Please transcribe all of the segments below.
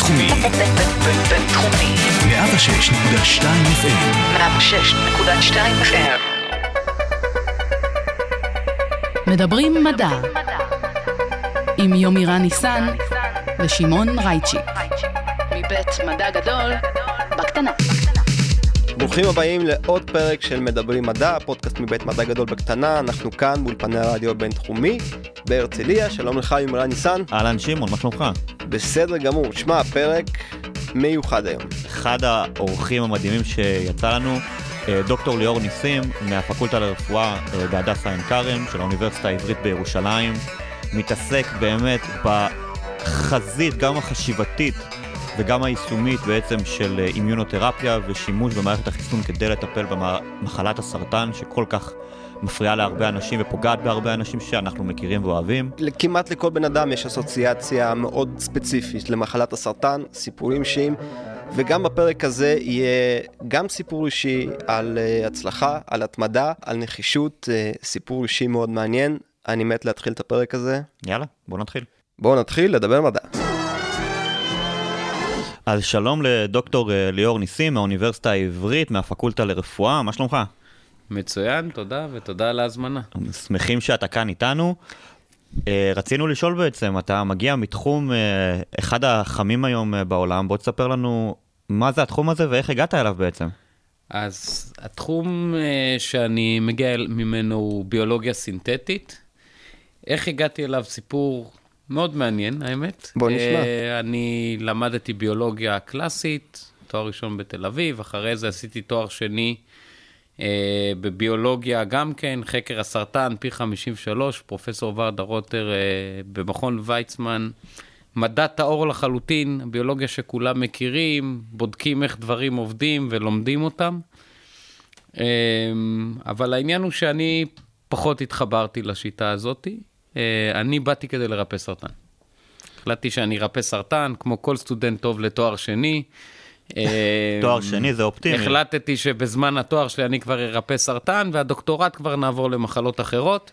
בינתחומי. בינתחומי. 106.2 FM. 106.2 FM. מדברים מדע. עם יומירן ניסן ושמעון רייצ'י. מבית מדע גדול בקטנה. ברוכים הבאים לעוד פרק של מדברים מדע, פודקאסט מבית מדע גדול בקטנה. אנחנו כאן באולפני הרדיו בינתחומי בהרצליה. שלום לך יומירן ניסן. אהלן שמעון, מה שלומך? בסדר גמור. שמע, פרק מיוחד היום. אחד האורחים המדהימים שיצא לנו, דוקטור ליאור ניסים מהפקולטה לרפואה בהדסה עין כרם של האוניברסיטה העברית בירושלים, מתעסק באמת בחזית גם החשיבתית וגם היישומית בעצם של אימיונותרפיה ושימוש במערכת החיסון כדי לטפל במחלת הסרטן שכל כך מפריעה להרבה אנשים ופוגעת בהרבה אנשים שאנחנו מכירים ואוהבים. כמעט לכל בן אדם יש אסוציאציה מאוד ספציפית למחלת הסרטן, סיפורים אישיים, וגם בפרק הזה יהיה גם סיפור אישי על הצלחה, על התמדה, על נחישות, סיפור אישי מאוד מעניין. אני מת להתחיל את הפרק הזה. יאללה, בואו נתחיל לדבר מדע. אז שלום לדוקטור ליאור ניסים מהאוניברסיטה העברית, מהפקולטה לרפואה, מה שלומך? מצוין, תודה, ותודה על ההזמנה. שמחים שאתה כאן איתנו. רצינו לשאול בעצם, אתה מגיע מתחום אחד החמים היום בעולם, בוא תספר לנו מה זה התחום הזה ואיך הגעת אליו בעצם. אז התחום שאני מגיע ממנו הוא ביולוגיה סינתטית. איך הגעתי אליו? סיפור מאוד מעניין, האמת. בוא נשמע. אני למדתי ביולוגיה קלאסית, תואר ראשון בתל אביב, אחרי זה עשיתי תואר שני בביולוגיה גם כן, חקר הסרטן, פי 53, פרופסור ורדה רוטר במכון ויצמן, מדע טהור לחלוטין, ביולוגיה שכולם מכירים, בודקים איך דברים עובדים ולומדים אותם. אבל העניין הוא שאני פחות התחברתי לשיטה הזאת. אני באתי כדי לרפא סרטן. החלטתי שאני ארפא סרטן, כמו כל סטודנט טוב לתואר שני. תואר שני זה אופטימי. החלטתי שבזמן התואר שלי אני כבר ארפא סרטן, והדוקטורט כבר נעבור למחלות אחרות.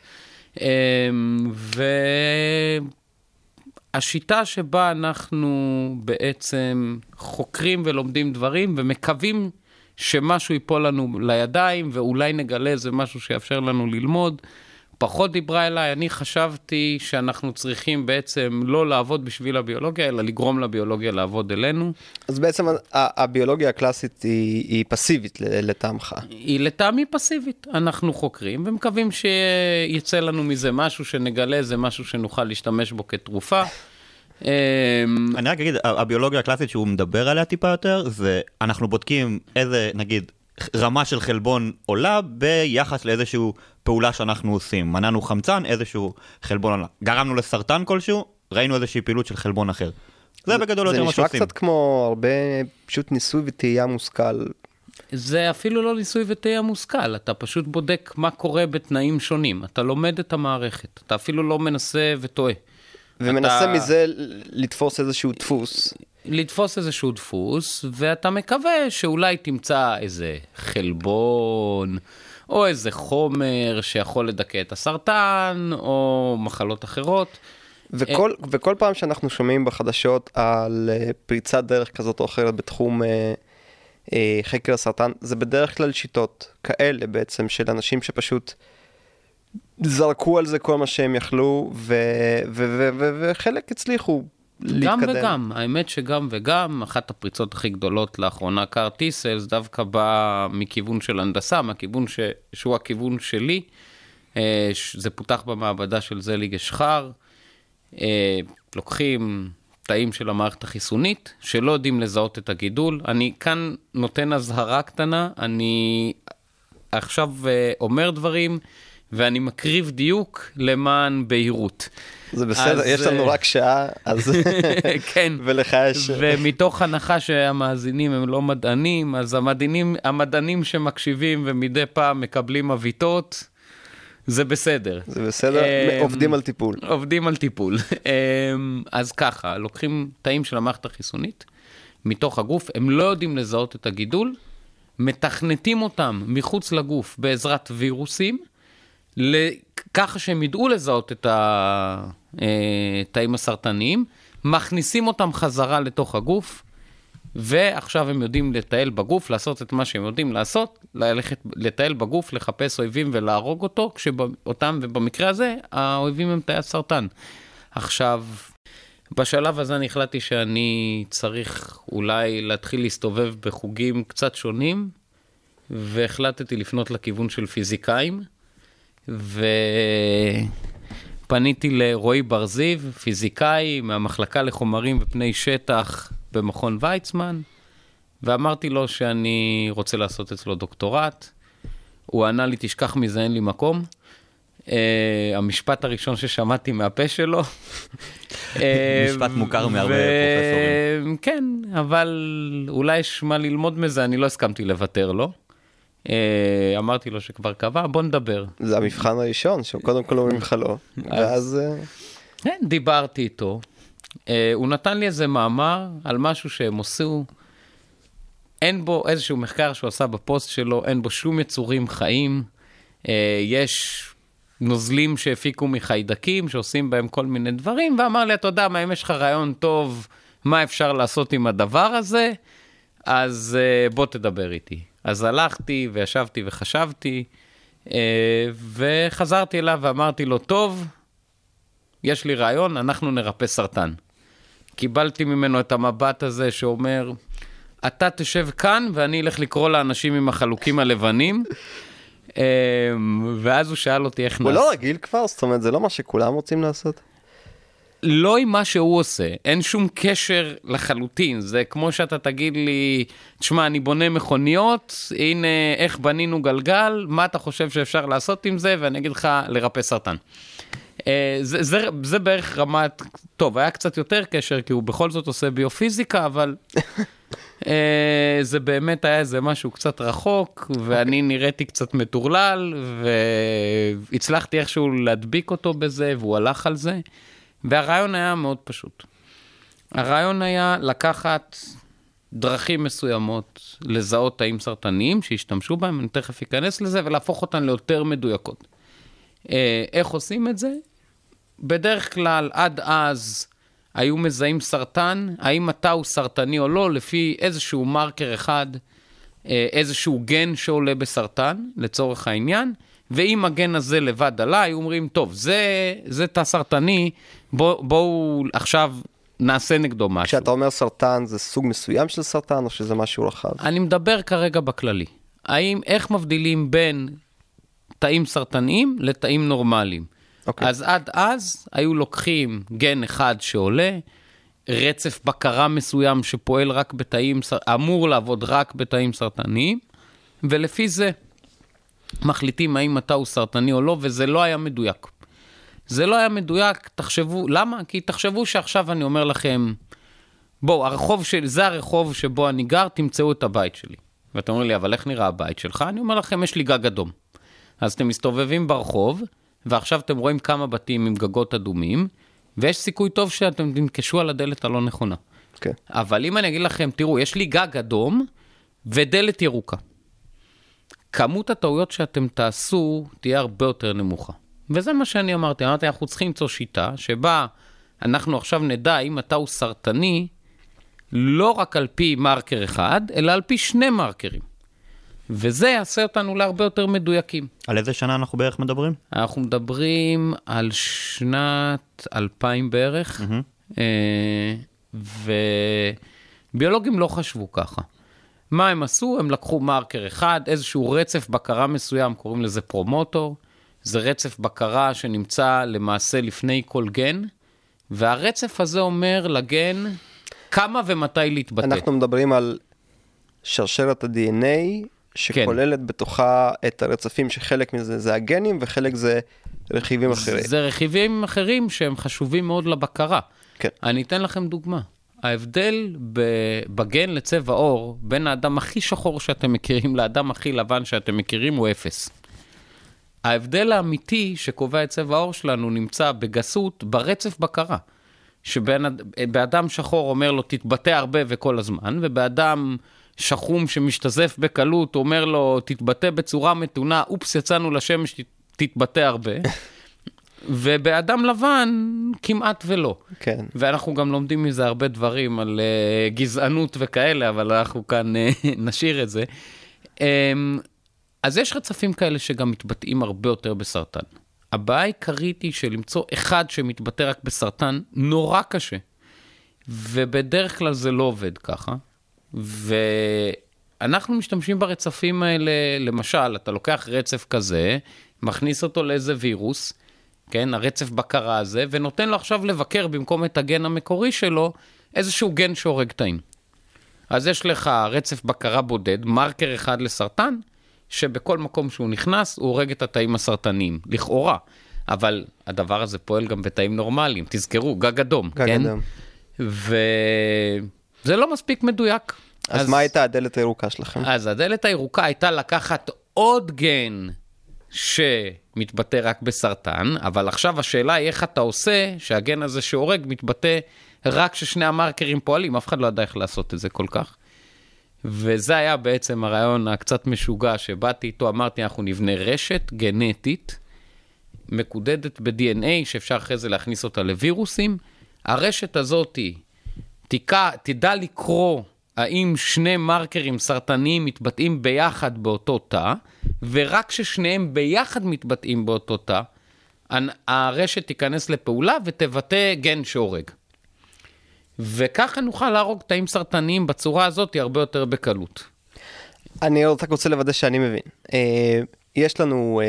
והשיטה שבה אנחנו בעצם חוקרים ולומדים דברים, ומקווים שמשהו ייפול לנו לידיים, ואולי נגלה זה משהו שיאפשר לנו ללמוד, פחות דיברה אליי. אני חשבתי שאנחנו צריכים בעצם לא לעבוד בשביל הביולוגיה, אלא לגרום לביולוגיה לעבוד אלינו. אז בעצם הביולוגיה הקלאסית היא פסיבית לטעמך. היא לטעמי פסיבית. אנחנו חוקרים ומקווים שיצא לנו מזה משהו, שנגלה זה משהו שנוכל להשתמש בו כתרופה. אני רק אגיד, הביולוגיה הקלאסית שהוא מדבר עליה טיפה יותר, זה אנחנו בודקים איזה, נגיד, רמה של חלבון עולה ביחס לאיזשהו פעולה שאנחנו עושים. מנענו חמצן, איזשהו חלבון עולה. גרמנו לסרטן כלשהו, ראינו איזושהי פעילות של חלבון אחר. זה בגדול יותר מה שעושים. זה נשמע קצת כמו הרבה פשוט ניסוי וטעייה מושכל. זה אפילו לא ניסוי וטעייה מושכל. אתה פשוט בודק מה קורה בתנאים שונים. אתה לומד את המערכת. אתה אפילו לא מנסה וטועה. ומנסה מזה לתפוס איזשהו דפוס. לתפוס איזשהו דפוס, ואתה מקווה שאולי תמצא איזה חלבון, או איזה חומר שיכול לדכא את הסרטן, או מחלות אחרות. וכל פעם שאנחנו שומעים בחדשות על פריצת דרך כזאת או אחרת בתחום חקר הסרטן, זה בדרך כלל שיטות כאלה בעצם של אנשים שפשוט זרקו על זה כל מה שהם יכלו, וחלק הצליחו להתקדם. גם וגם, האמת שגם וגם, אחת הפריצות הכי גדולות לאחרונה, קאר טי-סלס, דווקא בא מכיוון של הנדסה, מהכיוון שהוא הכיוון שלי, זה פותח במעבדה של זליג אשחר, לוקחים תאים של המערכת החיסונית, שלא יודעים לזהות את הגידול. אני כאן נותן הזהרה קטנה, אני עכשיו אומר דברים, ואני מקריב דיוק למען בהירות. זה בסדר, יש לנו רק שעה, אז כן. ולך יש... ומתוך הנחה שהמאזינים הם לא מדענים, אז המדענים שמקשיבים ומדי פעם מקבלים אביתות, זה בסדר. זה בסדר, עובדים על טיפול. עובדים על טיפול. אז ככה, לוקחים תאים של המערכת החיסונית, מתוך הגוף, הם לא יודעים לזהות את הגידול, מתכנתים אותם מחוץ לגוף בעזרת וירוסים, ככה שהם ידעו לזהות את התאים הסרטניים, מכניסים אותם חזרה לתוך הגוף, ועכשיו הם יודעים לטייל בגוף, לעשות את מה שהם יודעים לעשות, ללכת לטייל בגוף, לחפש אויבים ולהרוג אותם, ובמקרה הזה, האויבים הם תאי הסרטן. עכשיו, בשלב הזה אני החלטתי שאני צריך אולי להתחיל להסתובב בחוגים קצת שונים, והחלטתי לפנות לכיוון של פיזיקאים, ופניתי לרועי בר זיו, פיזיקאי מהמחלקה לחומרים ופני שטח במכון ויצמן, ואמרתי לו שאני רוצה לעשות אצלו דוקטורט. הוא ענה לי, תשכח מזה, אין לי מקום. המשפט הראשון ששמעתי מהפה שלו. משפט מוכר מהרבה פרופסורים. כן, אבל אולי יש מה ללמוד מזה, אני לא הסכמתי לוותר לו. אמרתי לו שכבר קבע, בוא נדבר. זה המבחן הראשון, שקודם כל אומרים לך לא, ואז... כן, דיברתי איתו. הוא נתן לי איזה מאמר על משהו שהם עשו, אין בו איזשהו מחקר שהוא עשה בפוסט שלו, אין בו שום יצורים חיים, יש נוזלים שהפיקו מחיידקים, שעושים בהם כל מיני דברים, ואמר לי, אתה יודע מה, אם יש לך רעיון טוב, מה אפשר לעשות עם הדבר הזה, אז בוא תדבר איתי. אז הלכתי וישבתי וחשבתי, וחזרתי אליו ואמרתי לו, טוב, יש לי רעיון, אנחנו נרפא סרטן. קיבלתי ממנו את המבט הזה שאומר, אתה תשב כאן ואני אלך לקרוא לאנשים עם החלוקים הלבנים, ואז הוא שאל אותי איך הוא לא רגיל כבר? זאת אומרת, זה לא מה שכולם רוצים לעשות? לא עם מה שהוא עושה, אין שום קשר לחלוטין, זה כמו שאתה תגיד לי, תשמע, אני בונה מכוניות, הנה איך בנינו גלגל, מה אתה חושב שאפשר לעשות עם זה, ואני אגיד לך לרפא סרטן. זה בערך רמת, טוב, היה קצת יותר קשר, כי הוא בכל זאת עושה ביופיזיקה, אבל זה באמת היה איזה משהו קצת רחוק, ואני נראיתי קצת מטורלל, והצלחתי איכשהו להדביק אותו בזה, והוא הלך על זה, והרעיון היה מאוד פשוט. הרעיון היה לקחת דרכים מסוימות, לזהות תאים סרטניים שהשתמשו בהם, אני תכף אכנס לזה, ולהפוך אותן ליותר מדויקות. איך עושים את זה? בדרך כלל עד אז היו מזהים סרטן, האם התא הוא סרטני או לא, לפי איזשהו מרקר אחד, איזשהו גן שעולה בסרטן, לצורך העניין, ואם הגן הזה לבד עלה, היו אומרים, טוב, זה תא סרטני, בואו עכשיו נעשה נגדו משהו. כשאתה אומר סרטן, זה סוג מסוים של סרטן, או שזה משהו רחב? אני מדבר כרגע בכללי. איך מבדילים בין תאים סרטניים לתאים נורמליים? אז עד אז היו לוקחים גן אחד שעולה, רצף בקרה מסוים שפועל רק בתאים, אמור לעבוד רק בתאים סרטניים, ולפי זה מחליטים האם התא הוא סרטני או לא, וזה לא היה מדויק. זה לא היה מדויק, תחשבו, למה? כי תחשבו שעכשיו אני אומר לכם, בואו, זה הרחוב שבו אני גר, תמצאו את הבית שלי. ואתם אומרים לי, אבל איך נראה הבית שלך? אני אומר לכם, יש לי גג אדום. אז אתם מסתובבים ברחוב, ועכשיו אתם רואים כמה בתים עם גגות אדומים, ויש סיכוי טוב שאתם תנקשו על הדלת הלא נכונה. Okay. אבל אם אני אגיד לכם, תראו, יש לי גג אדום ודלת ירוקה. כמות הטעויות שאתם תעשו תהיה הרבה יותר נמוכה. וזה מה שאני אמרתי. אנחנו צריכים למצוא שיטה שבה אנחנו עכשיו נדע אם התא הוא סרטני, לא רק על פי מרקר אחד, אלא על פי 2 מרקרים. וזה יעשה אותנו להרבה יותר מדויקים. על איזה שנה אנחנו בערך מדברים? אנחנו מדברים על שנת 2000 בערך, וביולוגים לא חשבו ככה. מה הם עשו? הם לקחו מרקר אחד, איזשהו רצף בקרה מסוים, קוראים לזה פרומוטור, זה רצף בקרה שנמצא למעשה לפני כל גן, והרצף הזה אומר לגן כמה ומתי להתבטא. אנחנו מדברים על שרשרת ה-DNA, שכוללת בתוכה את הרצפים שחלק מזה זה הגנים, וחלק זה רכיבים אחרים. זה רכיבים אחרים שהם חשובים מאוד לבקרה. כן. אני אתן לכם דוגמה. ההבדל בגן לצבע עור, בין האדם הכי שחור שאתם מכירים לאדם הכי לבן שאתם מכירים, הוא 0. ההבדל האמיתי שקובע את צבע העור שלנו נמצא בגסות ברצף בקרה. שבאדם שחור אומר לו תתבטא הרבה וכל הזמן, ובאדם שחום שמשתזף בקלות אומר לו תתבטא בצורה מתונה, אופס יצאנו לשמש תתבטא הרבה. ובאדם לבן כמעט ולא. כן. ואנחנו גם לומדים מזה הרבה דברים על גזענות וכאלה, אבל אנחנו כאן נשאיר את זה. אז יש רצפים כאלה שגם מתבטאים הרבה יותר בסרטן. הבעיה העיקרית היא שלמצוא אחד שמתבטא רק בסרטן נורא קשה. ובדרך כלל זה לא עובד ככה. ואנחנו משתמשים ברצפים האלה, למשל, אתה לוקח רצף כזה, מכניס אותו לאיזה וירוס, כן, הרצף בקרה הזה, ונותן לו עכשיו לבקר במקום את הגן המקורי שלו, איזשהו גן שהורג תאים. אז יש לך רצף בקרה בודד, מרקר אחד לסרטן, שבכל מקום שהוא נכנס, הוא הורג את התאים הסרטניים, לכאורה. אבל הדבר הזה פועל גם בתאים נורמליים, תזכרו, גג אדום, גג כן? אדום. וזה לא מספיק מדויק. אז מה הייתה הדלת הירוקה שלכם? אז הדלת הירוקה הייתה לקחת עוד גן שמתבטא רק בסרטן, אבל עכשיו השאלה היא איך אתה עושה שהגן הזה שהורג מתבטא רק ששני המרקרים פועלים, אף אחד לא ידע איך לעשות את זה כל כך. וזה היה בעצם הרעיון הקצת משוגע שבאתי איתו, אמרתי אנחנו נבנה רשת גנטית, מקודדת ב-DNA שאפשר אחרי זה להכניס אותה לווירוסים, הרשת הזאת תדע לקרוא האם שני מרקרים סרטניים מתבטאים ביחד באותו תא, ורק כששניהם ביחד מתבטאים באותו תא, הרשת תיכנס לפעולה ותבטא גן שהורג. וככה נוכל להרוג תאים סרטניים בצורה הזאת הרבה יותר בקלות. אני רק רוצה לוודא שאני מבין. יש לנו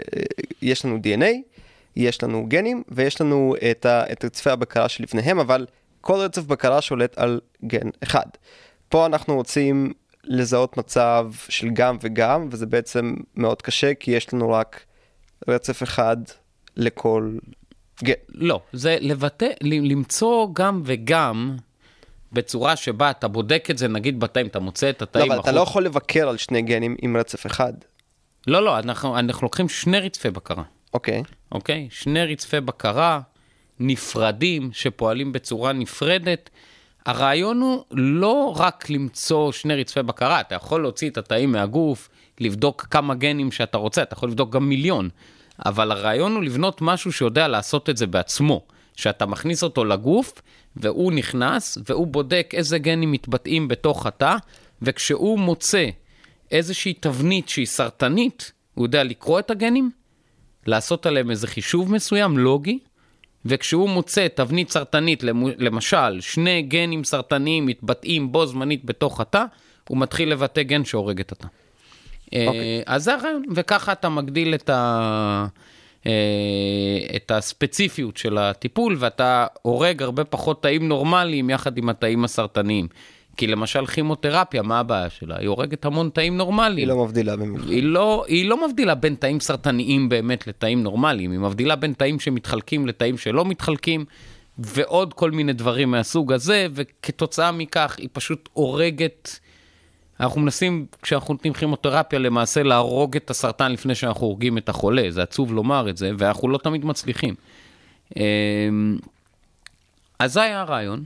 DNA, יש לנו גנים, ויש לנו את רצפי הבקרה שלפניהם, אבל כל רצף בקרה שולט על גן אחד. פה אנחנו רוצים לזהות מצב של גם וגם, וזה בעצם מאוד קשה, כי יש לנו רק רצף אחד לכל גן. לא, זה לבטא, למצוא גם וגם, בצורה שבה אתה בודק את זה, נגיד בתאים, אתה מוצא את התאים. לא, אבל אתה לא יכול לבקר על שני גנים עם רצף אחד. לא, אנחנו לוקחים שני רצפי בקרה. אוקיי? שני רצפי בקרה נפרדים, שפועלים בצורה נפרדת. הרעיון הוא לא רק למצוא שני רצפי בקרה, אתה יכול להוציא את התאים מהגוף, לבדוק כמה גנים שאתה רוצה, אתה יכול לבדוק גם מיליון, אבל הרעיון הוא לבנות משהו שיודע לעשות את זה בעצמו, שאתה מכניס אותו לגוף, והוא נכנס, והוא בודק איזה גנים מתבטאים בתוך התא, וכשהוא מוצא איזושהי תבנית שהיא סרטנית, הוא יודע לקרוא את הגנים, לעשות עליהם איזה חישוב מסוים, לוגי, וכשהוא מוצא תבנית סרטנית, למשל, שני גנים סרטניים מתבטאים בו זמנית בתוך התא, הוא מתחיל לבטא גן שהורג את התא. אז זה הרעיון, וככה אתה מגדיל את הספציפיות של הטיפול, ואתה הורג הרבה פחות תאים נורמליים יחד עם התאים הסרטניים. כי למשל כימותרפיה, מה הבעיה שלה? היא הורגת המון תאים נורמליים. היא לא מבדילה במיוחד. היא לא מבדילה בין תאים סרטניים באמת לתאים נורמליים, היא מבדילה בין תאים שמתחלקים לתאים שלא מתחלקים, ועוד כל מיני דברים מהסוג הזה, וכתוצאה מכך היא פשוט הורגת. אנחנו מנסים, כשאנחנו נותנים כימותרפיה, למעשה להרוג את הסרטן לפני שאנחנו הורגים את החולה, זה עצוב לומר את זה, ואנחנו לא תמיד מצליחים. אז זה היה הרעיון.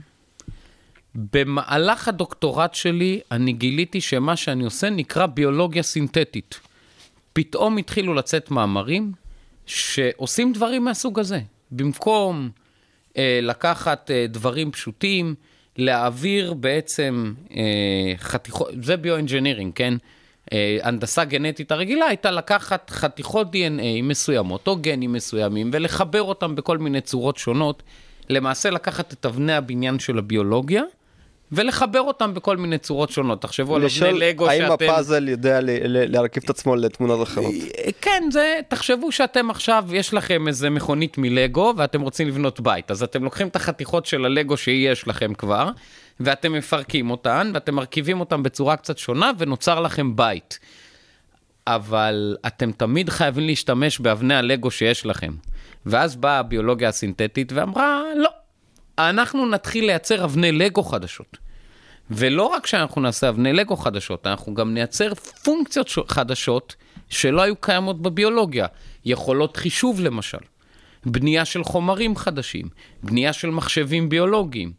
במהלך הדוקטורט שלי, אני גיליתי שמה שאני עושה נקרא ביולוגיה סינתטית. פתאום התחילו לצאת מאמרים שעושים דברים מהסוג הזה. במקום לקחת דברים פשוטים, להעביר בעצם חתיכות, זה ביו-אנג'ינירינג, כן? הנדסה גנטית הרגילה הייתה לקחת חתיכות DNA מסוימות, או גנים מסוימים, ולחבר אותם בכל מיני צורות שונות, למעשה לקחת את אבני הבניין של הביולוגיה, ולחבר אותם בכל מיני צורות שונות. תחשבו על אבני לגו שאתם... האם הפאזל יודע להרכיב את עצמו לתמונות אחרות? כן, תחשבו שאתם עכשיו, יש לכם איזה מכונית מלגו, ואתם רוצים לבנות בית. אז אתם לוקחים את החתיכות של הלגו שיש לכם כבר, ואתם מפרקים אותן, ואתם מרכיבים אותן בצורה קצת שונה, ונוצר לכם בית. אבל אתם תמיד חייבים להשתמש באבני הלגו שיש לכם. ואז באה הביולוגיה הסינתטית ואמרה, לא, אנחנו נתחיל לייצר אבני לגו חדשות. ולא רק שאנחנו נעשה אבני לגו חדשות, אנחנו גם נייצר פונקציות חדשות שלא היו קיימות בביולוגיה. יכולות חישוב למשל, בנייה של חומרים חדשים, בנייה של מחשבים ביולוגיים.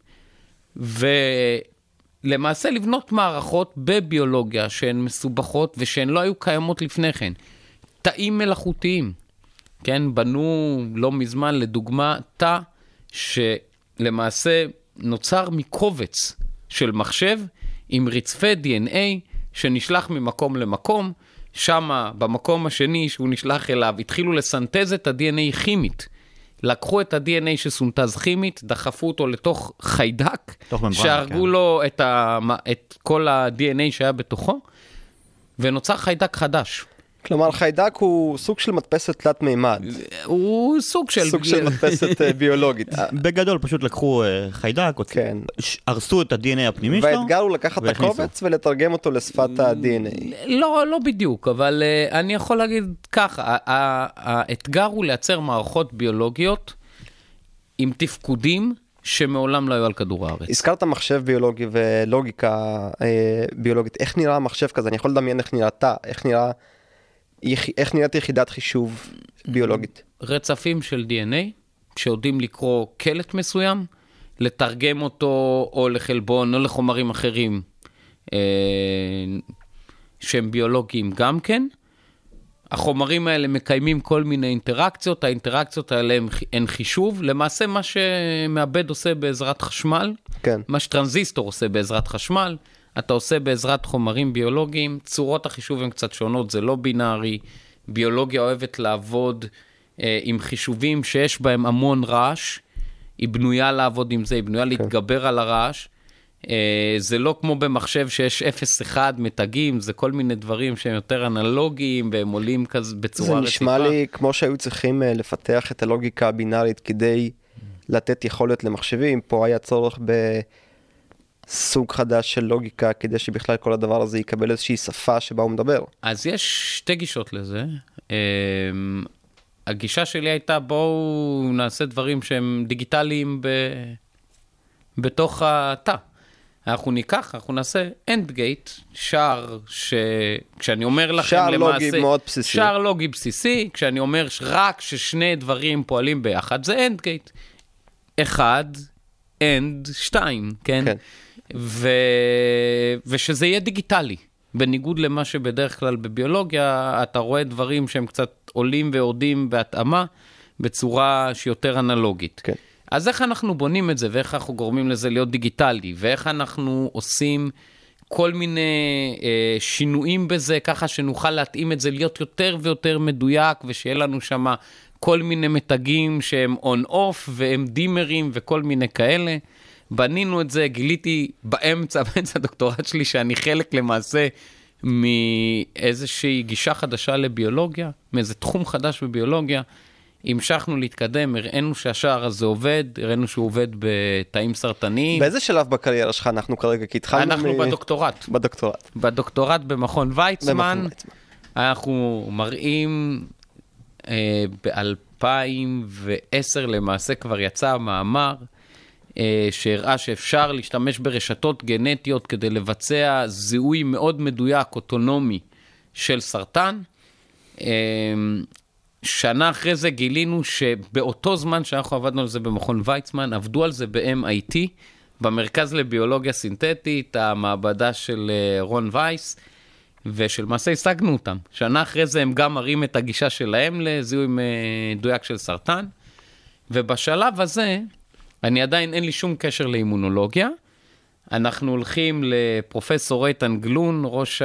ולמעשה לבנות מערכות בביולוגיה שהן מסובכות ושהן לא היו קיימות לפני כן. תאים מלאכותיים. כן, בנו לא מזמן לדוגמה תא שלמעשה נוצר מקובץ של מחשב עם רצפי DNA שנשלח ממקום למקום, שמה במקום השני שהוא נשלח אליו התחילו לסנטז את ה-DNA כימית. לקחו את ה-DNA שסונטז כימית, דחפו אותו לתוך חיידק, שהרגו לו את כל ה-DNA שהיה בתוכו, ונוצר חיידק חדש. כלומר, חיידק הוא סוג של מדפסת תלת מימד. הוא סוג של מדפסת ביולוגית. בגדול פשוט לקחו חיידק, כן. הרסו את ה-DNA הפנימי שלו. והאתגר הוא לקחת את הקובץ ולתרגם אותו לשפת ה-DNA. לא בדיוק, אבל אני יכול להגיד ככה, האתגר הוא לייצר מערכות ביולוגיות עם תפקודים שמעולם לא היו על כדור הארץ. הזכרת מחשב ביולוגי ולוגיקה ביולוגית. איך נראה מחשב כזה? אני יכול לדמיין איך נראתה, איך נראית יחידת חישוב ביולוגית? רצפים של DNA, שיודעים לקרוא קלט מסוים, לתרגם אותו או לחלבון או לחומרים אחרים שהם ביולוגיים גם כן. החומרים האלה מקיימים כל מיני אינטראקציות, האינטראקציות האלה הן חישוב, למעשה מה שמעבד עושה בעזרת חשמל, כן. מה שטרנזיסטור עושה בעזרת חשמל, אתה עושה בעזרת חומרים ביולוגיים, צורות החישוב הן קצת שונות, זה לא בינארי, ביולוגיה אוהבת לעבוד עם חישובים שיש בהם המון רעש, היא בנויה לעבוד עם זה, היא בנויה להתגבר על הרעש, זה לא כמו במחשב שיש 0-1 מתגים, זה כל מיני דברים שהם יותר אנלוגיים, והם עולים כזה בצורה רציפה. זה נשמע לי כמו שהיו צריכים לפתח את הלוגיקה הבינארית כדי לתת יכולת למחשבים, פה היה צורך סוג חדש של לוגיקה, כדי שבכלל כל הדבר הזה יקבל איזושהי שפה שבה הוא מדבר. אז יש שתי גישות לזה. הגישה שלי הייתה, בואו נעשה דברים שהם דיגיטליים בתוך התא. אנחנו נעשה end gate, שער כשאני אומר לכם שער למעשה... לוגי מאוד בסיסי. שער לוגי בסיסי, כשאני אומר רק ששני דברים פועלים ביחד, זה end gate. 1, end 2, כן? כן. ושזה יהיה דיגיטלי, בניגוד למה שבדרך כלל בביולוגיה, אתה רואה דברים שהם קצת עולים ויורדים בהתאמה, בצורה שיותר אנלוגית. כן. אז איך אנחנו בונים את זה, ואיך אנחנו גורמים לזה להיות דיגיטלי, ואיך אנחנו עושים כל מיני שינויים בזה, ככה שנוכל להתאים את זה להיות יותר ויותר מדויק, ושיהיה לנו שם כל מיני מתגים שהם on-off, והם דימרים וכל מיני כאלה. בנינו את זה, גיליתי באמצע הדוקטורט שלי, שאני חלק למעשה מאיזושהי גישה חדשה לביולוגיה, מאיזה תחום חדש בביולוגיה, המשכנו להתקדם, הראינו שהשער הזה עובד, הראינו שהוא עובד בתאים סרטניים. באיזה שלב בקריירה שלך אנחנו כרגע? כי התחלנו אנחנו בדוקטורט. בדוקטורט במכון ויצמן. אנחנו מראים ב-2010 למעשה כבר יצא מאמר, שהראה שאפשר להשתמש ברשתות גנטיות כדי לבצע זיהוי מאוד מדויק, אוטונומי של סרטן. שנה אחרי זה גילינו שבאותו זמן שאנחנו עבדנו על זה במכון ויצמן, עבדו על זה ב-MIT, במרכז לביולוגיה סינתטית, המעבדה של רון וייס, ושלמעשה השגנו אותם. שנה אחרי זה הם גם מראים את הגישה שלהם לזיהוי מדויק של סרטן, ובשלב הזה, אני עדיין אין לי שום קשר לאימונולוגיה, אנחנו הולכים לפרופסור איתן גלון,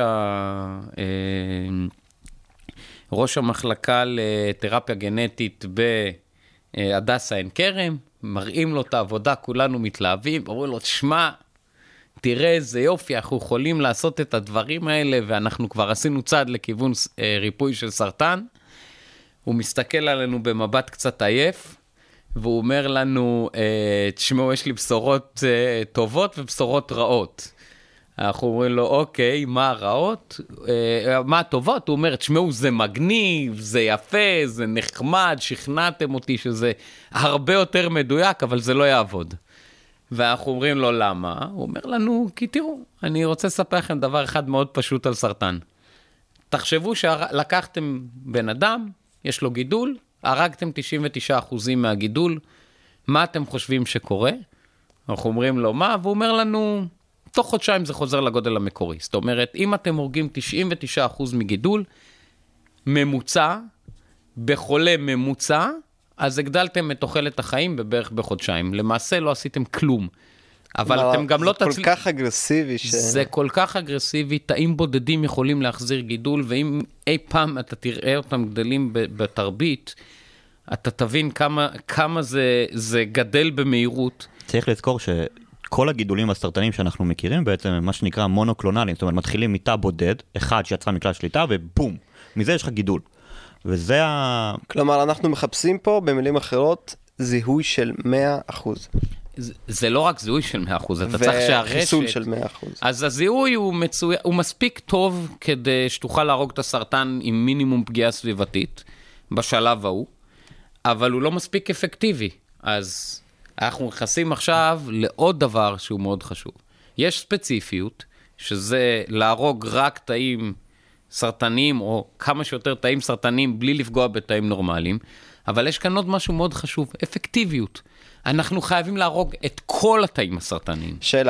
ראש המחלקה לתרפיה גנטית בהדסה עין כרם, מראים לו את העבודה, כולנו מתלהבים, אומרים לו, תשמע, תראה איזה יופי, אנחנו יכולים לעשות את הדברים האלה, ואנחנו כבר עשינו צעד לכיוון ריפוי של סרטן. הוא מסתכל עלינו במבט קצת עייף, והוא אומר לנו, תשמעו, יש לי בשורות טובות ובשורות רעות. אנחנו אומרים לו, אוקיי, מה הרעות? מה הטובות? הוא אומר, תשמעו, זה מגניב, זה יפה, זה נחמד, שכנעתם אותי שזה הרבה יותר מדויק, אבל זה לא יעבוד. ואנחנו אומרים לו, למה? הוא אומר לנו, כי תראו, אני רוצה לספר לכם דבר אחד מאוד פשוט על סרטן. תחשבו שלקחתם בן אדם, יש לו גידול, הרגתם 99% מהגידול, מה אתם חושבים שקורה? אנחנו אומרים לו, מה? והוא אומר לנו, תוך חודשיים זה חוזר לגודל המקורי. זאת אומרת, אם אתם הורגים 99% מגידול, ממוצע, בחולה ממוצע, אז הגדלתם את תוחלת החיים בערך בחודשיים. למעשה לא עשיתם כלום. אבל אתם גם לא זה כל כך אגרסיבי זה כל כך אגרסיבי, תאים בודדים יכולים להחזיר גידול, ואם אי פעם אתה תראה אותם גדלים בתרבית, אתה תבין כמה זה גדל במהירות. צריך לזכור שכל הגידולים הסרטניים שאנחנו מכירים בעצם הם מה שנקרא מונוקלונליים, זאת אומרת מתחילים מתא בודד, אחד שיצא מכלל שליטה ובום, מזה יש לך גידול. וזה כלומר, אנחנו מחפשים פה, במילים אחרות, זיהוי של 100%. זה לא רק זיהוי של 100%, אתה צריך שהרשת... וחיסול של 100%. אז הזיהוי הוא מספיק טוב כדי שתוכל להרוג את הסרטן עם מינימום פגיעה סביבתית, בשלב ההוא, אבל הוא לא מספיק אפקטיבי. אז אנחנו נכנסים עכשיו לעוד דבר שהוא מאוד חשוב. יש ספציפיות, שזה להרוג רק תאים סרטניים, או כמה שיותר תאים סרטניים, בלי לפגוע בתאים נורמליים, אבל יש כאן עוד משהו מאוד חשוב, אפקטיביות. אנחנו חייבים להרוג את כל התאים הסרטניים. שאלה,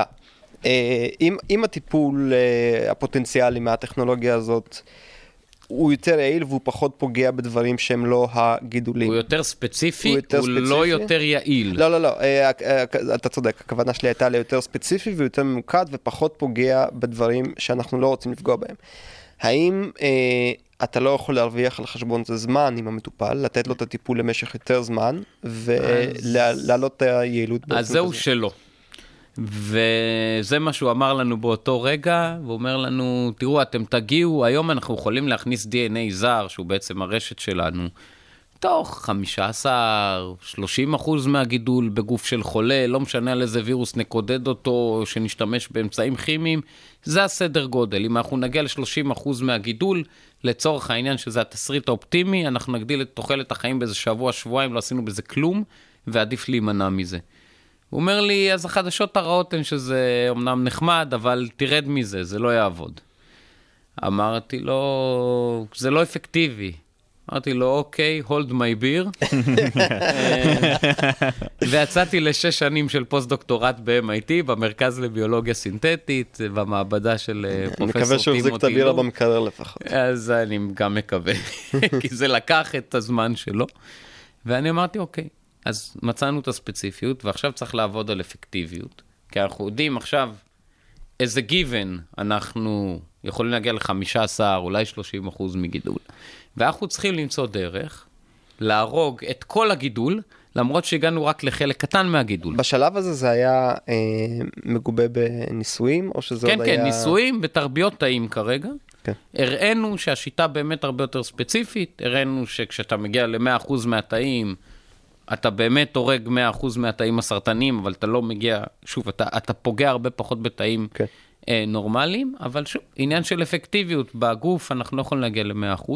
אם הטיפול הפוטנציאלי מהטכנולוגיה הזאת, הוא יותר יעיל והוא פחות פוגע בדברים שהם לא הגידולים. הוא יותר ספציפי, הוא לא יותר יעיל. לא, אתה צודק, הכוונה שלי הייתה ליותר ספציפי ויותר ממוקד ופחות פוגע בדברים שאנחנו לא רוצים לפגוע בהם. האם אתה לא יכול להרוויח על חשבון זה זמן עם המטופל, לתת לו את הטיפול למשך יותר זמן, ולהעלות את היעילות באופן אז כזה? זהו שלא. וזה מה שהוא אמר לנו באותו רגע, והוא אומר לנו, תראו, אתם תגיעו, היום אנחנו יכולים להכניס DNA זר, שהוא בעצם הרשת שלנו, תוך 15-30% מהגידול בגוף של חולה, לא משנה על איזה וירוס נקודד אותו, שנשתמש באמצעים כימיים, זה הסדר גודל. אם אנחנו נגיע ל-30% מהגידול, לצורך העניין שזה התסריט האופטימי, אנחנו נגדיל את תוחלת החיים באיזה שבוע, שבועיים, לא עשינו בזה כלום, ועדיף להימנע מזה. הוא אומר לי, אז החדשות הרעות הן שזה אומנם נחמד, אבל תרד מזה, זה לא יעבוד. אמרתי לו, זה לא אפקטיבי. אמרתי לו, אוקיי, hold my beer. ויצאתי ל6 שנים של פוסט-דוקטורט ב-MIT, במרכז לביולוגיה סינתטית, במעבדה של פרופסור טימותי. אני מקווה שהוא החזיק את הבירה במקרר לפחות. אז אני גם מקווה, כי זה לקח את הזמן שלו. ואני אמרתי, אוקיי, אז מצאנו את הספציפיות, ועכשיו צריך לעבוד על אפקטיביות. כי אנחנו יודעים עכשיו, איזה גיוון אנחנו יכולים להגיע ל-15, אולי 30% מגידול. ואנחנו צריכים למצוא דרך, להרוג את כל הגידול, למרות שהגענו רק לחלק קטן מהגידול. בשלב הזה זה היה מגובה בניסויים, או שזה עוד היה... כן, ניסויים בתרביות תאים כרגע. כן. הראינו שהשיטה באמת הרבה יותר ספציפית, הראינו שכשאתה מגיע ל-100% מהתאים, אתה באמת הורג 100% מהתאים הסרטניים, אבל אתה לא מגיע, שוב, אתה פוגע הרבה פחות בתאים נורמליים, אבל שוב, עניין של אפקטיביות בגוף, אנחנו לא יכולים להגיע ל-100%.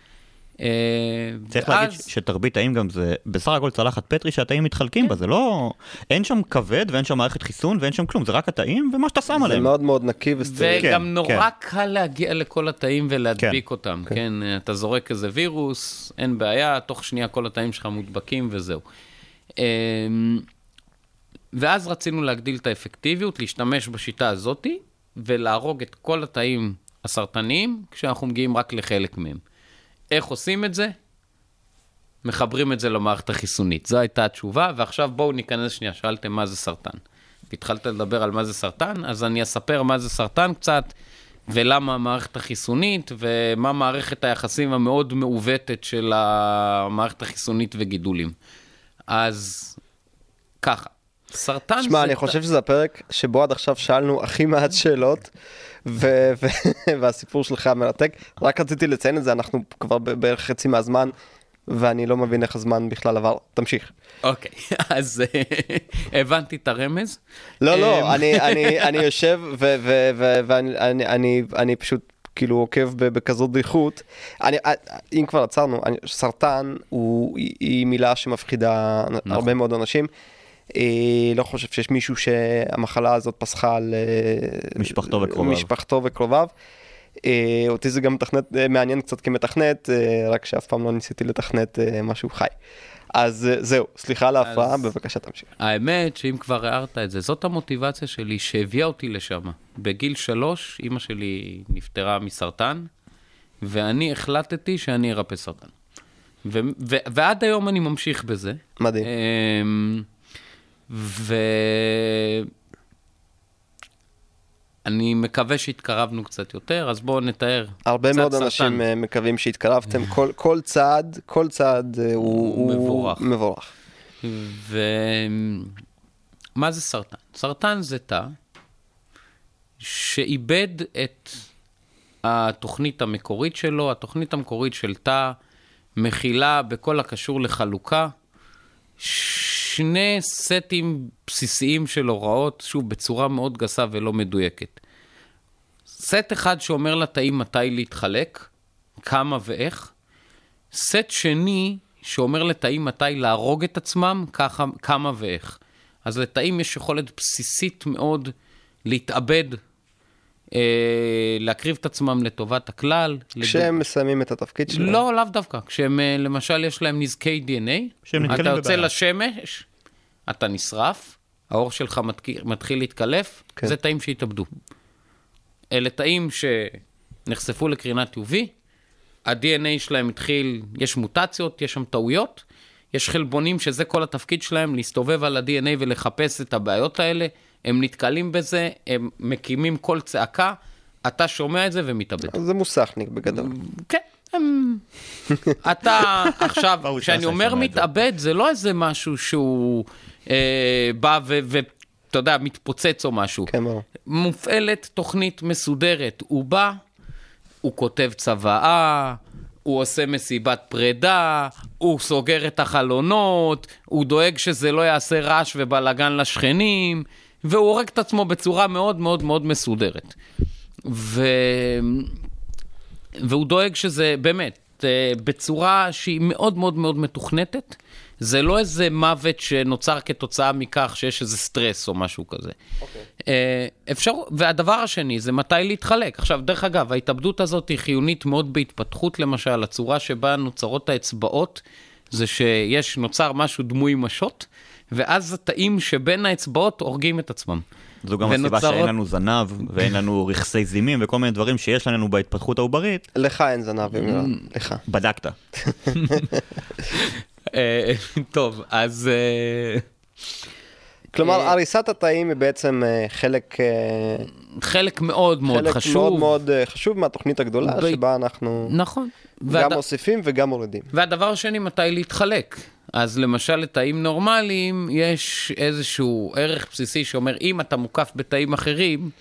צריך להגיד שתרבית תאים גם זה בסך הכל צלחת פטרי שהתאים מתחלקים בה, זה לא, אין שם כבד ואין שם מערכת חיסון ואין שם כלום, זה רק התאים ומה שאתה שם עליהם. זה מאוד מאוד נקי וסטרילי. וגם נורא קל להגיע לכל התאים ולהדביק אותם, כן, אתה זורק איזה וירוס, אין בעיה, תוך שנייה כל התאים שלך מודבקים וזהו. ואז רצינו להגדיל את האפקטיביות, להשתמש בשיטה הזאת ולהרוג את כל התאים הסרטניים כשאנחנו מגיעים רק לחלק מהם. איך עושים את זה? מחברים את זה למערכת החיסונית. זו הייתה התשובה, ועכשיו בואו ניכנס שנייה, שאלתם מה זה סרטן. התחלת לדבר על מה זה סרטן, אז אני אספר מה זה סרטן קצת, ולמה המערכת החיסונית, ומה מערכת היחסים המאוד מעוותת של המערכת החיסונית וגידולים. אז ככה, סרטן שמה, אני חושב שזה הפרק שבו עד עכשיו שאלנו הכי מעט שאלות, והסיפור שלך מרתק. רק רציתי לציין את זה, אנחנו כבר בערך חצי מהזמן, ואני לא מבין איך הזמן בכלל עבר. תמשיך. אוקיי, אז הבנתי את הרמז. לא, אני יושב ואני פשוט כאילו עוקב בכזאת דריכות. אם כבר עצרנו, סרטן היא מילה שמפחידה הרבה מאוד אנשים. לא חושב שיש מישהו שהמחלה הזאת פסחה על משפחתו וקרוביו. אותי זה גם מעניין קצת כמתכנת, רק שאף פעם לא ניסיתי לתכנת משהו חי. אז זהו, סליחה על ההפרעה, בבקשה תמשיך. האמת שאם כבר הערת את זה, זאת המוטיבציה שלי שהביאה אותי לשם. בגיל 3, אמא שלי נפטרה מסרטן, ואני החלטתי שאני ארפא סרטן. ועד היום אני ממשיך בזה. מדהים. אני מקווה שהתקרבנו קצת יותר, אז בואו נתאר. הרבה מאוד אנשים מקווים שהתקרבתם, כל צעד הוא מבורך. מה זה סרטן? סרטן זה תא שאיבד את התוכנית המקורית שלו. התוכנית המקורית של תא מכילה בכל הקשור לחלוקה שני סטים בסיסיים של הוראות, שוב, בצורה מאוד גסה ולא מדויקת. סט אחד שאומר לתאים מתי להתחלק, כמה ואיך. סט שני שאומר לתאים מתי להרוג את עצמם, כמה ואיך. אז לתאים יש יכולת בסיסית מאוד להתאבד, להקריב את עצמם לטובת הכלל. כשהם מסיימים את התפקיד שלהם? לא, לאו דווקא. כשהם, למשל, יש להם נזקי DNA, אתה יוצא לשמש, אתה נשרף, האור שלך מתחיל להתקלף, כן. זה תאים שהתאבדו. אלה תאים שנחשפו לקרינת UV, ה-DNA שלהם התחיל, יש מוטציות, יש שם טעויות, יש חלבונים שזה כל התפקיד שלהם, להסתובב על ה-DNA ולחפש את הבעיות האלה, הם נתקלים בזה, הם מקימים כל צעקה, אתה שומע את זה ומתאבד. זה מוסכניק בגדול. כן. אתה עכשיו, כשאני אומר מתאבד, זה לא איזה משהו שהוא בא ואתה יודע, מתפוצץ או משהו. כן, ברור. מופעלת תוכנית מסודרת. הוא בא, הוא כותב צוואה, הוא עושה מסיבת פרידה, הוא סוגר את החלונות, הוא דואג שזה לא יעשה רעש ובלגן לשכנים, והוא הורג את עצמו בצורה מאוד מאוד מאוד מסודרת. והוא דואג שזה באמת, בצורה שהיא מאוד מאוד מאוד מתוכנתת, זה לא איזה מוות שנוצר כתוצאה מכך שיש איזה סטרס או משהו כזה. אפשר, והדבר השני זה מתי להתחלק. עכשיו, דרך אגב, ההתאבדות הזאת היא חיונית מאוד בהתפתחות, למשל, הצורה שבה נוצרות האצבעות, זה נוצר משהו דמוי משות, ואז התאים שבין האצבעות הורגים את עצמם. זו גם הסיבה שאין לנו זנב, ואין לנו רכסי זימים, וכל מיני דברים שיש לנו בהתפתחות העוברית. לך אין זנב, לך. בדקת. טוב, אז... כלומר, הריסת התאים היא בעצם חלק מאוד מאוד חשוב. חלק מאוד מאוד חשוב מהתוכנית הגדולה, שבה אנחנו גם מוסיפים וגם מורידים. והדבר השני, מתי להתחלק? אז למשל, לתאים נורמליים, יש איזשהו ערך בסיסי שאומר, אם אתה מוקף בתאים אחרים,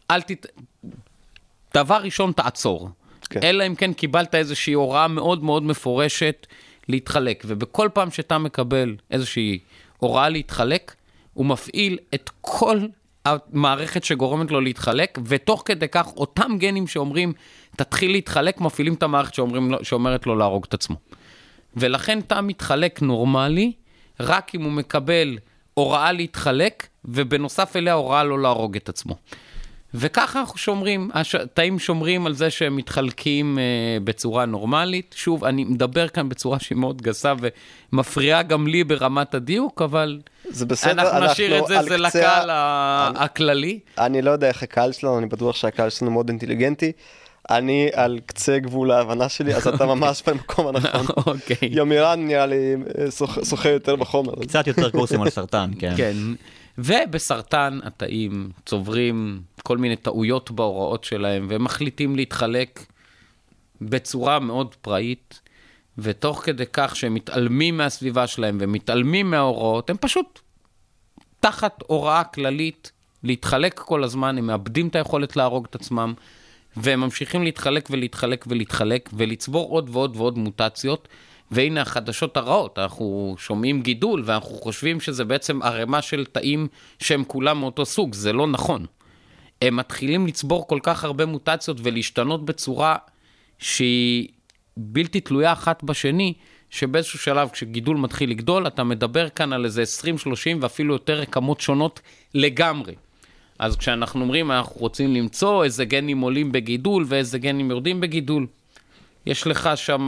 דבר ראשון תעצור. כן. אלא אם כן קיבלת איזושהי הוראה מאוד מאוד מפורשת להתחלק. ובכל פעם שאתה מקבל איזושהי הוראה להתחלק, הוא מפעיל את כל המערכת שגורמת לו להתחלק, ותוך כדי כך, אותם גנים שאומרים, תתחיל להתחלק, מפעילים את המערכת שאומרת לו להרוג את עצמו. ולכן תא מתחלק נורמלי, רק אם הוא מקבל הוראה להתחלק, ובנוסף אליה הוראה לא להרוג את עצמו. וככה אנחנו שומרים, תאים שומרים על זה שהם מתחלקים בצורה נורמלית. שוב, אני מדבר כאן בצורה שהיא מאוד גסה, ומפריעה גם לי ברמת הדיוק, אבל אנחנו נשאיר את זה, זה לקהל הכללי. אני לא יודע איך הקהל שלנו, אני בטוח שהקהל שלנו מאוד אינטליגנטי. אני על קצה גבול ההבנה שלי, אז אתה ממש במקום הנכון. יומירן נראה לי שוחה יותר בחומר. קצת יותר קורסים על סרטן, כן. כן. ובסרטן התאים צוברים כל מיני טעויות בהוראות שלהם, והם מחליטים להתחלק בצורה מאוד פראית, ותוך כדי כך שהם מתעלמים מהסביבה שלהם, ומתעלמים מההוראות, הם פשוט תחת הוראה כללית להתחלק כל הזמן, הם מאבדים את היכולת להרוג את עצמם, והם ממשיכים להתחלק ולהתחלק ולהתחלק, ולצבור עוד ועוד ועוד מוטציות, והנה החדשות הרעות, אנחנו שומעים גידול, ואנחנו חושבים שזה בעצם הרמה של תאים שהם כולם מאותו סוג, זה לא נכון. הם מתחילים לצבור כל כך הרבה מוטציות, ולהשתנות בצורה שהיא בלתי תלויה אחת בשני, שבאיזשהו שלב כשגידול מתחיל לגדול, אתה מדבר כאן על איזה 20, 30 ואפילו יותר רקמות שונות לגמרי. אז כשאנחנו אומרים, אנחנו רוצים למצוא איזה גנים עולים בגידול, ואיזה גנים יורדים בגידול, יש לך שם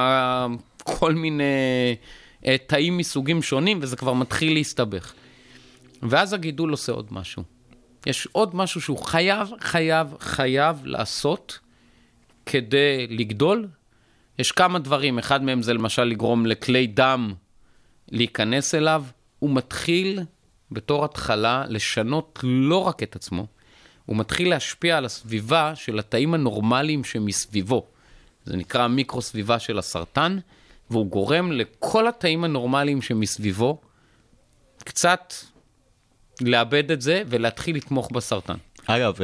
כל מיני תאים מסוגים שונים, וזה כבר מתחיל להסתבך. ואז הגידול עושה עוד משהו. יש עוד משהו שהוא חייב לעשות כדי לגדול, יש כמה דברים, אחד מהם זה למשל לגרום לכלי דם להיכנס אליו, הוא מתחיל בתור התחלה לשנות לא רק את עצמו, הוא מתחיל להשפיע על הסביבה של התאים הנורמליים שמסביבו. זה נקרא מיקרו-סביבה של הסרטן, והוא גורם לכל התאים הנורמליים שמסביבו קצת לאבד את זה ולהתחיל לתמוך בסרטן. אגב,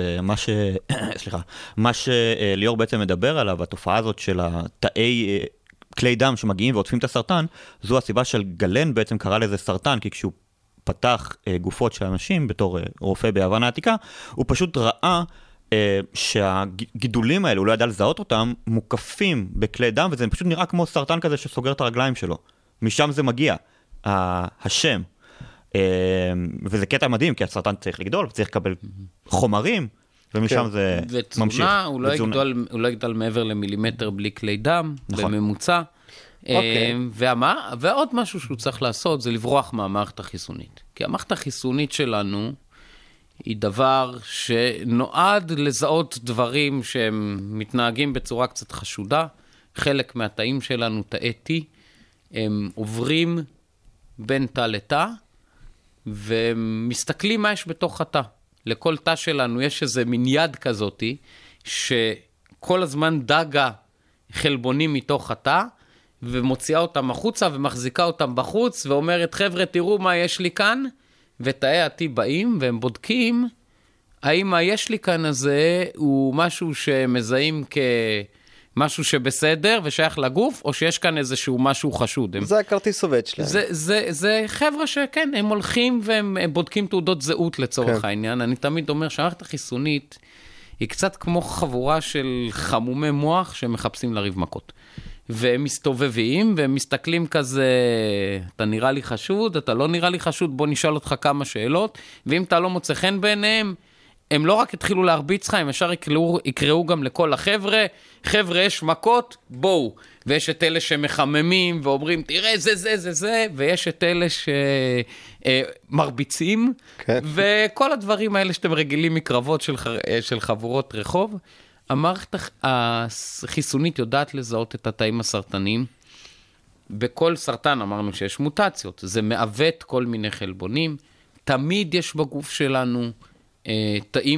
מה שליאור בעצם מדבר עליו, התופעה הזאת של התאי כלי דם שמגיעים ועוטפים את הסרטן, זו הסיבה של גלן בעצם קרא לזה סרטן, כי כשהוא פתח גופות של אנשים בתור רופא ביוון העתיקה, הוא פשוט ראה שהגידולים האלה, הוא לא ידע לזהות אותם, מוקפים בכלי דם, וזה פשוט נראה כמו סרטן כזה שסוגר את הרגליים שלו. משם זה מגיע, השם. וזה קטע מדהים, כי הסרטן צריך לגדול, צריך לקבל חומרים, ומשם זה ממשיך. ותזונה, הוא לא יגדל מעבר למילימטר בלי כלי דם, בממוצע. ועוד משהו שהוא צריך לעשות, זה לברוח מהמערכת החיסונית. כי המערכת החיסונית שלנו, היא דבר שנועד לזהות דברים שהם מתנהגים בצורה קצת חשודה. חלק מהתאים שלנו, תאי T, הם עוברים בין תא לתא, ומסתכלים מה יש בתוך התא. לכל תא שלנו יש איזה מין יד כזאת, שכל הזמן דגה חלבונים מתוך התא, ומוציאה אותם החוצה ומחזיקה אותם בחוץ, ואומרת, חבר'ה, תראו מה יש לי כאן, ותאי ה-T באים, והם בודקים, האם מה יש לי כאן הזה, הוא משהו שמזהים כמשהו שבסדר, ושייך לגוף, או שיש כאן איזשהו משהו חשוד. זה הכרטיס עובד שלהם. זה חבר'ה שכן, הם הולכים, והם בודקים תעודות זהות לצורך העניין. אני תמיד אומר שהמערכת החיסונית, היא קצת כמו חבורה של חמומי מוח, שמחפשים לריב מכות. והם מסתובבים, והם מסתכלים כזה, אתה נראה לי חשוד, אתה לא נראה לי חשוד, בוא נשאל אותך כמה שאלות, ואם אתה לא מוצא חן ביניהם, הם לא רק התחילו להרביץ לך, הם ישר יקראו גם לכל החבר'ה, חבר'ה יש מכות, בואו, ויש את אלה שמחממים ואומרים, תראה, זה, ויש את אלה שמרביצים, וכל הדברים האלה שאתם רגילים מקרבות של חבורות רחוב, המערכת החיסונית יודעת לזהות את התאים הסרטניים. בכל סרטן אמרנו שיש מוטציות, זה מעוות כל מיני חלבונים. תמיד יש בגוף שלנו תאי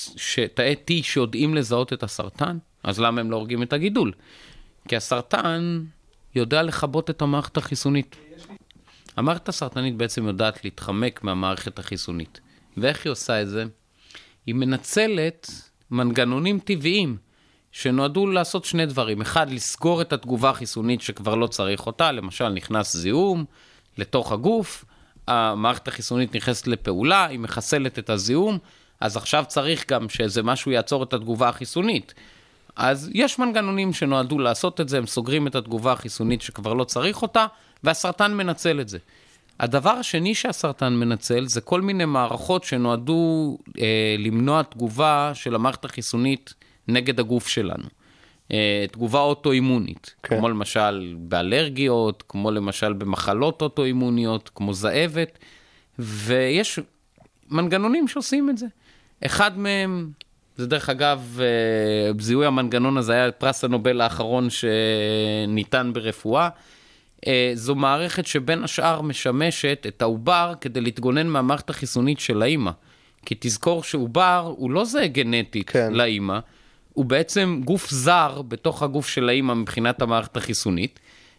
T שיודעים לזהות את הסרטן, אז למה הם לא הורגים את הגידול? כי הסרטן יודע לחבות את המערכת החיסונית. המערכת הסרטנית בעצם יודעת להתחמק מהמערכת החיסונית. ואיך היא עושה את זה? היא מנצלת מנגנונים טבעיים שנועדו לעשות שני דברים. אחד, לסגור את התגובה החיסונית שכבר לא צריך אותה, למשל נכנס זיהום לתוך הגוף, המערכת החיסונית נכנסת לפעולה, היא מחסלת את הזיהום, אז עכשיו צריך גם שזה משהו יעצור את התגובה החיסונית. אז יש מנגנונים שנועדו לעשות את זה, הם סוגרים את התגובה החיסונית שכבר לא צריך אותה, והסרטן מנצל את זה. הדבר השני שהסרטן מנצל זה כל מיני מערכות שנועדו למנוע תגובה של המערכת החיסונית נגד הגוף שלנו. תגובה אוטואימונית, כן. כמו למשל באלרגיות, כמו למשל במחלות אוטואימוניות, כמו זאבת, ויש מנגנונים שעושים את זה. אחד מהם, זה דרך אגב, בזיהוי המנגנון הזה היה פרס הנובל האחרון שניתן ברפואה, זו מערכת שבין השאר משמשת את העובר כדי להתגונן מהמערכת החיסונית של האמא. כי תזכור שעובר הוא לא זה גנטית כן. לאמא, הוא בעצם גוף זר בתוך הגוף של האמא מבחינת המערכת החיסונית,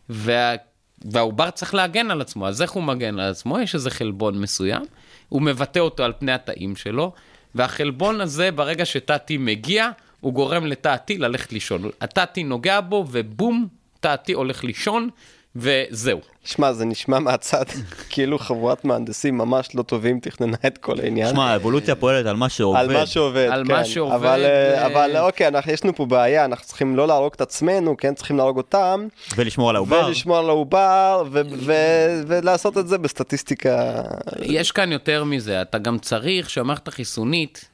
והעובר צריך להגן על עצמו. אז איך הוא מגן על עצמו? יש איזה חלבון מסוים, הוא מבטא אותו על פני התאים שלו, והחלבון הזה ברגע שתא T מגיע, הוא גורם לתא T ללכת לישון. התא T נוגע בו ובום, תא T הולך לישון, וזהו. שמע, זה נשמע מהצד, כאילו חבורת מהנדסים ממש לא טובים תכננה את כל העניין. שמע, האבולוציה פועלת על מה שעובד. על מה שעובד, על כן. מה שעובד. אבל אוקיי, יש לנו פה בעיה, אנחנו צריכים לא להרוג את עצמנו, כן, צריכים להרוג אותם. ולשמור על העובר. ולשמור על העובר, ולעשות את זה בסטטיסטיקה. יש כאן יותר מזה, אתה גם צריך שהמערכת החיסונית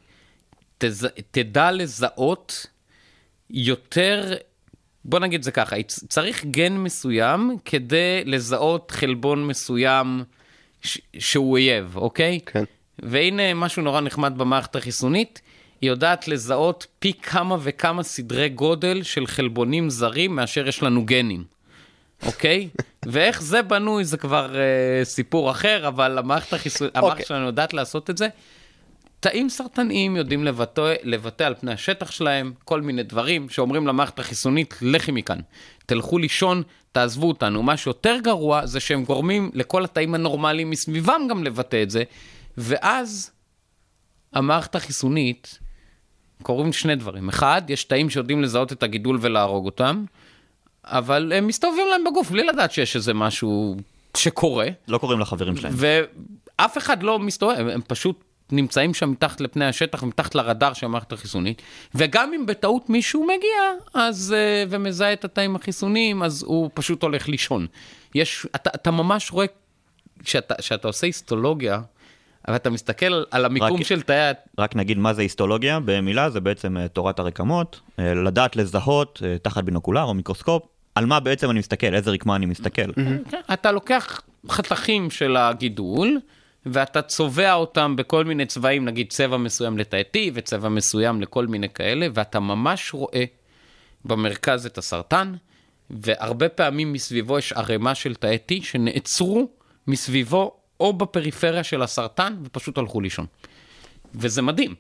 תדע לזהות יותר... בוא נגיד זה ככה, צריך גן מסוים כדי לזהות חלבון מסוים שהוא אויב, אוקיי? כן. והנה משהו נורא נחמד במערכת החיסונית, היא יודעת לזהות פי כמה וכמה סדרי גודל של חלבונים זרים מאשר יש לנו גנים. אוקיי? ואיך זה בנוי זה כבר סיפור אחר, אבל המערכת שלנו יודעת לעשות את זה. תאים סרטניים יודעים לבטא על פני השטח שלהם כל מיני דברים שאומרים למערכת החיסונית, לכי מכאן, תלכו לישון, תעזבו אותנו. מה שיותר גרוע זה שהם גורמים לכל התאים הנורמליים מסביבם גם לבטא את זה, ואז המערכת החיסונית קוראים שני דברים. אחד, יש תאים שיודעים לזהות את הגידול ולהרוג אותם, אבל הם מסתובבים להם בגוף, בלי לדעת שיש איזה משהו שקורה. לא קוראים לחברים שלהם. ואף אחד לא מסתובב, הם פשוט נמצאים שם מתחת לפני השטח, מתחת לרדאר של המערכת החיסונית, וגם אם בטעות מישהו מגיע, אז, ומזהה את התאים החיסוניים, אז הוא פשוט הולך לישון. אתה ממש רואה, שאתה עושה היסטולוגיה, אבל אתה מסתכל על המיקום של תאי... רק נגיד מה זה היסטולוגיה, במילה זה בעצם תורת הרקמות, לדעת לזהות תחת בינוקולר או מיקרוסקופ, על מה בעצם אני מסתכל, איזה רקמה אני מסתכל. אתה לוקח חתכים של הגידול, ואתה צובע אותם בכל מיני צבעים, נגיד צבע מסוים לתאי T, וצבע מסוים לכל מיני כאלה, ואתה ממש רואה במרכז את הסרטן, והרבה פעמים מסביבו יש ערימה של תאי T, שנעצרו מסביבו, או בפריפריה של הסרטן, ופשוט הלכו לישון. וזה מדהים.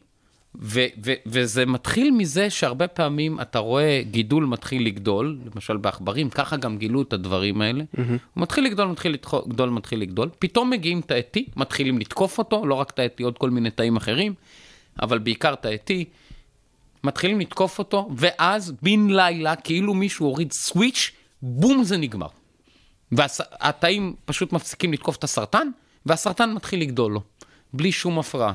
וזה מתחיל מזה שהרבה פעמים אתה רואה גידול מתחיל לגדול, למשל בעכברים, ככה גם גילו את הדברים האלה. הוא מתחיל לגדול, פתאום מגיעים תאי T, מתחילים לתקוף אותו, לא רק תאי T, עוד כל מיני תאים אחרים, אבל בעיקר תאי T, מתחילים לתקוף אותו, ואז בין לילה, כאילו מישהו הוריד סוויץ', בום זה נגמר. והתאים פשוט מפסיקים לתקוף את הסרטן, והסרטן מתחיל לגדול לו, בלי שום הפרעה.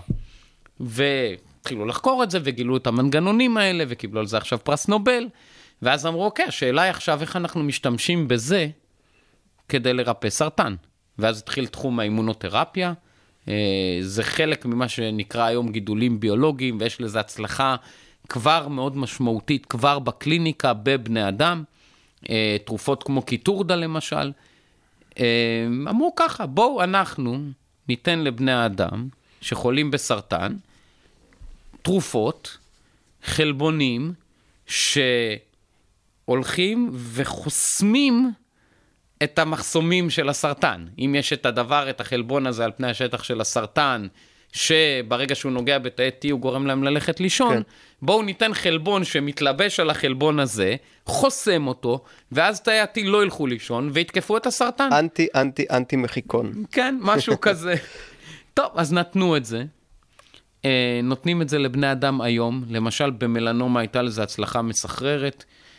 והתחילו לחקור את זה, וגילו את המנגנונים האלה, וקיבלו על זה עכשיו פרס נובל, ואז אמרו, אוקיי, השאלה היא עכשיו איך אנחנו משתמשים בזה, כדי לרפא סרטן. ואז התחיל תחום האימונותרפיה, זה חלק ממה שנקרא היום גידולים ביולוגיים, ויש לזה הצלחה כבר מאוד משמעותית, כבר בקליניקה, בבני אדם, תרופות כמו קיטורדה למשל, אמרו ככה, בואו אנחנו ניתן לבני האדם שחולים בסרטן, תרופות, חלבונים, שהולכים וחוסמים את המחסומים של הסרטן. אם יש את הדבר, את החלבון הזה על פני השטח של הסרטן, שברגע שהוא נוגע בתאי T הוא גורם להם ללכת לישון, כן. בואו ניתן חלבון שמתלבש על החלבון הזה, חוסם אותו, ואז תאי T לא ילכו לישון, ויתקפו את הסרטן. אנטי מחיקון. כן, משהו כזה. טוב, אז נתנו את זה. נותנים את זה לבני אדם היום. למשל, במלנומה הייתה לזה הצלחה מסחררת.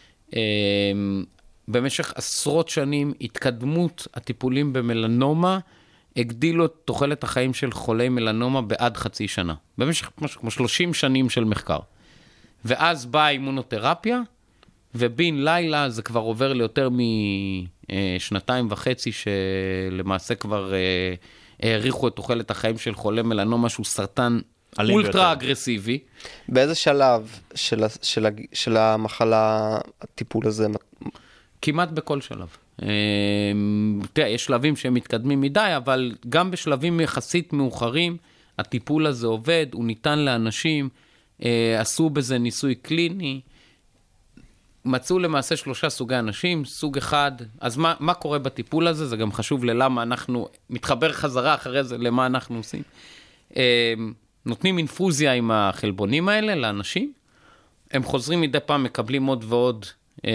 במשך עשרות שנים, התקדמות הטיפולים במלנומה, הגדילו את תוחלת החיים של חולי מלנומה בעד חצי שנה. במשך כמו 30 שנים של מחקר. ואז באה אימונותרפיה, ובין לילה זה כבר עובר ליותר משנתיים וחצי, שלמעשה כבר העריכו את תוחלת החיים של חולי מלנומה, שהוא סרטן אולטרה אגרסיבי. באיזה שלב של המחלה הטיפול הזה? כמעט בכל שלב. תראה, יש שלבים שהם מתקדמים מדי, אבל גם בשלבים יחסית מאוחרים, הטיפול הזה עובד, הוא ניתן לאנשים, עשו בזה ניסוי קליני, מצאו למעשה 3 סוגי אנשים, סוג אחד, אז מה קורה בטיפול הזה? זה גם חשוב ללמה אנחנו, מתחבר חזרה אחרי זה, למה אנחנו עושים. נותנים אינפוזיה עם החלבונים האלה לאנשים, הם חוזרים מדי פעם, מקבלים עוד ועוד,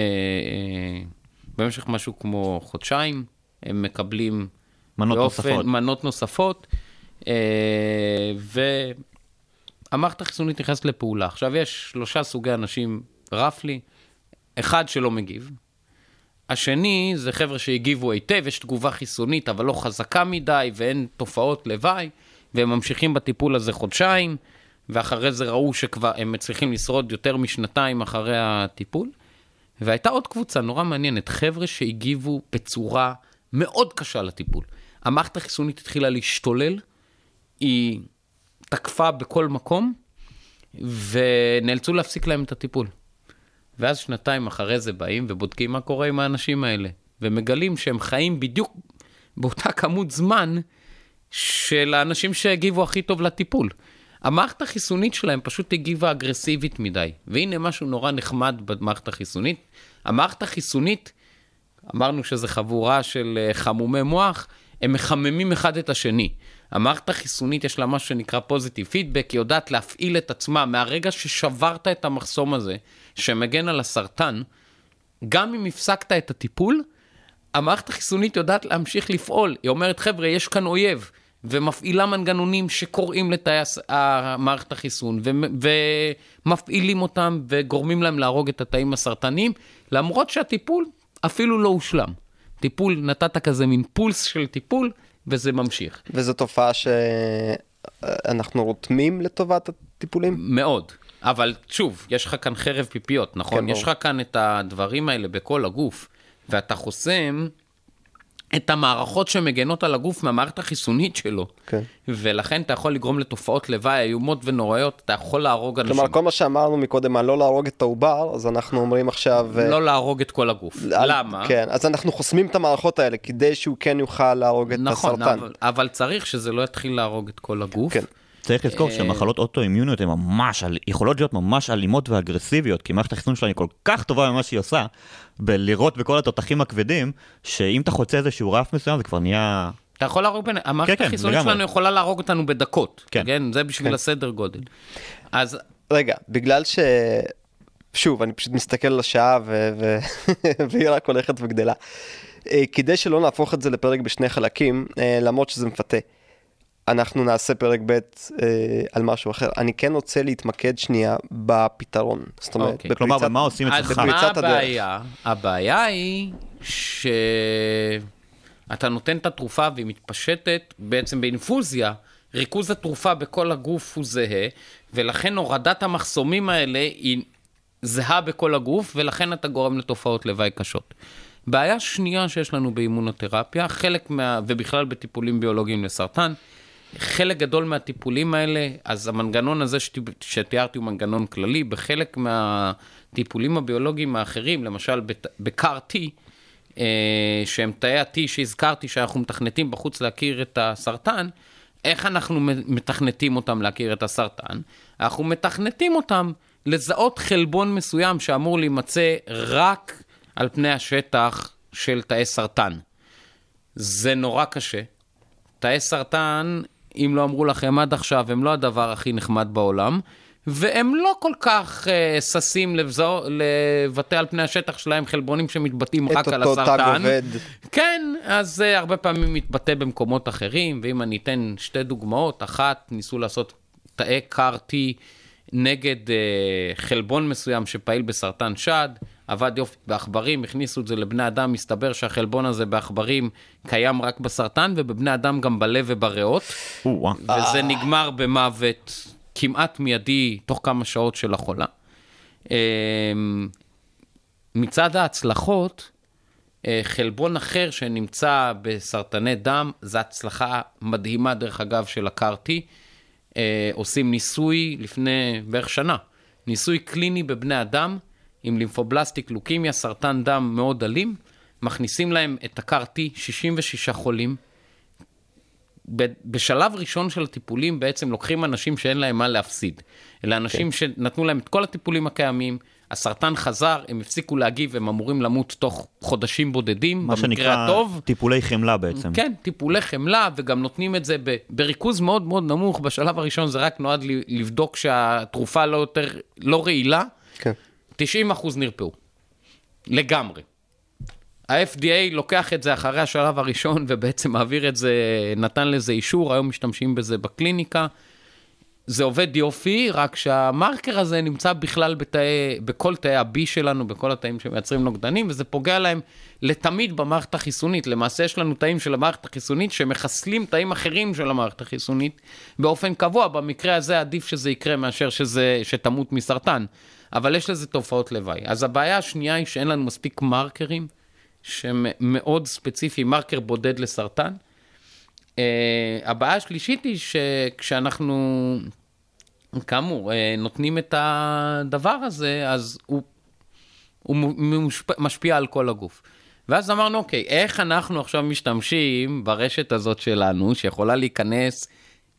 במשך משהו כמו חודשיים, הם מקבלים מנות נוספות, והמערכת החיסונית נכנסת לפעולה. עכשיו יש 3 סוגי אנשים רפלי, אחד שלא מגיב, השני זה חבר'ה שהגיבו היטב, יש תגובה חיסונית אבל לא חזקה מדי ואין תופעות לוואי, והם ממשיכים בטיפול הזה חודשיים, ואחרי זה ראו שכבר הם מצליחים לשרוד יותר משנתיים אחרי הטיפול. והייתה עוד קבוצה נורא מעניינת, חבר'ה שהגיבו בצורה מאוד קשה לטיפול. המערכת החיסונית התחילה להשתולל, היא תקפה בכל מקום, ונאלצו להפסיק להם את הטיפול. ואז שנתיים אחרי זה באים ובודקים מה קורה עם האנשים האלה, ומגלים שהם חיים בדיוק באותה כמות זמן של האנשים שהגיבו הכי טוב לטיפול. המערכת החיסונית שלהם פשוט הגיבה אגרסיבית מדי. והנה משהו נורא נחמד במערכת החיסונית. המערכת החיסונית, אמרנו שזה חבורה של חמומי מוח, הם מחממים אחד את השני. המערכת החיסונית יש לה משהו שנקרא פוזיטיב פידבק, היא יודעת להפעיל את עצמה מהרגע ששברת את המחסום הזה, שמגן על הסרטן, גם אם הפסקת את הטיפול, המערכת החיסונית יודעת להמשיך לפעול. היא אומרת, חבר'ה, יש כאן אויב, ומפעילה מנגנונים שקוראים לתאי המערכת החיסון, ומפעילים אותם וגורמים להם להרוג את התאים הסרטניים, למרות שהטיפול אפילו לא הושלם. טיפול, נתת כזה מין פולס של טיפול, וזה ממשיך. וזו תופעה שאנחנו רותמים לטובת הטיפולים? מאוד. אבל שוב, יש לך כאן חרב פיפיות, נכון? כן, יש לך כאן את הדברים האלה בכל הגוף, ואתה חוסם את המערכות שמגנות על הגוף מהמערכת החיסונית שלו. כן. ולכן אתה יכול לגרום לתופעות לוואי איומות ונוראיות, אתה יכול להרוג אנשים. כלומר, כל מה שאמרנו מקודם, לא להרוג את העובר, אז אנחנו אומרים עכשיו... לא להרוג את כל הגוף. למה? כן, אז אנחנו חוסמים את המערכות האלה, כדי שהוא כן יוכל להרוג את הסרטן. נכון, אבל צריך שזה לא יתחיל להרוג את כל הגוף. כן. צריך לזכור שמחלות אוטואימיוניות הן ממש, יכולות להיות ממש אלימות ואגרסיביות, כי מערכת החיסון שלנו היא כל כך טובה ממה שהיא עושה, בלראות בכל התותחים הכבדים, שאם אתה חוצה איזשהו רף מסוים, זה כבר נהיה... אתה יכול להרוג בין... המערכת החיסונית שלנו יכולה להרוג אותנו בדקות. כן. זה בשביל הסדר גודל. אז... רגע, בגלל ש... שוב, אני פשוט מסתכל על השעה, והיא רק הולכת וגדלה. כדי שלא נהפוך את זה לפרק בשני חלקים, למרות שזה מפתה. אנחנו נעשה פרק ב' על משהו אחר. אני כן רוצה להתמקד שנייה בפתרון. זאת אומרת, כלומר, במה עושים את שלך? אז מה הבעיה? הבעיה היא שאתה נותן את התרופה והיא מתפשטת בעצם באינפוזיה, ריכוז התרופה בכל הגוף הוא זהה, ולכן הורדת המחסומים האלה היא זהה בכל הגוף, ולכן אתה גורם לתופעות לוואי קשות. בעיה שנייה שיש לנו באימונותרפיה, ובכלל בטיפולים ביולוגיים לסרטן, חלק גדול מהטיפולים האלה, אז המנגנון הזה שתיארתי הוא מנגנון כללי, בחלק מהטיפולים הביולוגיים האחרים, למשל ב-CAR-T, שהם תאי ה-T שהזכרתי שאנחנו מתכנתים בחוץ להכיר את הסרטן, איך אנחנו מתכנתים אותם להכיר את הסרטן? אנחנו מתכנתים אותם לזהות חלבון מסוים שאמור להימצא רק על פני השטח של תאי סרטן. זה נורא קשה. תאי סרטן, אם לא אמרו לכם עד עכשיו, הם לא הדבר הכי נחמד בעולם, והם לא כל כך ססים לבטא על פני השטח שלהם חלבונים שמתבטאים רק על הסרטן. את אותו תג עובד. כן, אז זה הרבה פעמים מתבטא במקומות אחרים, ואם אני אתן שתי דוגמאות, אחת, ניסו לעשות תאי CAR-T נגד חלבון מסוים שפעיל בסרטן שד, עבד יופי באחברים, הכניסו את זה לבני אדם, מסתבר שהחלבון הזה באחברים קיים רק בסרטן, ובבני אדם גם בלב ובריאות, וזה נגמר במוות כמעט מיידי, תוך כמה שעות של החולה. מצד ההצלחות, חלבון אחר שנמצא בסרטני דם, זו הצלחה מדהימה דרך אגב של ה-CAR-T, עושים ניסוי לפני בערך שנה, ניסוי קליני בבני אדם, עם לימפובלסטיק לוקמיה, סרטן דם מאוד אלים, מכניסים להם את ה-CAR-T, 66 חולים. בשלב ראשון של הטיפולים בעצם לוקחים אנשים שאין להם מה להפסיד. אלה אנשים שנתנו להם את כל הטיפולים הקיימים, הסרטן חזר, הם הפסיקו להגיב, הם אמורים למות תוך חודשים בודדים, במקרה הטוב. מה שנקרא טיפולי חמלה בעצם. כן, טיפולי חמלה, וגם נותנים את זה בריכוז מאוד מאוד נמוך. בשלב הראשון זה רק נועד לבדוק שהתרופה לא רעילה. כן. 90% נרפאו. לגמרי. ה-FDA לוקח את זה אחרי השלב הראשון, ובעצם מעביר את זה, נתן לזה אישור, היום משתמשים בזה בקליניקה. זה עובד יופי, רק שהמרקר הזה נמצא בכלל בכל תאי ה-B שלנו, בכל התאים שמייצרים נוגדנים, וזה פוגע להם לתמיד במערכת החיסונית. למעשה יש לנו תאים של המערכת החיסונית, שמחסלים תאים אחרים של המערכת החיסונית, באופן קבוע. במקרה הזה עדיף שזה יקרה מאשר שתמות מסרטן. אבל יש לזה תופעות לוואי. אז הבעיה השנייה היא שאין לנו מספיק מרקרים, שמאוד ספציפי, מרקר בודד לסרטן. הבעיה השלישית היא שכשאנחנו, כאמור, נותנים את הדבר הזה, אז הוא משפיע על כל הגוף. ואז אמרנו, אוקיי, איך אנחנו עכשיו משתמשים ברשת הזאת שלנו, שיכולה להיכנס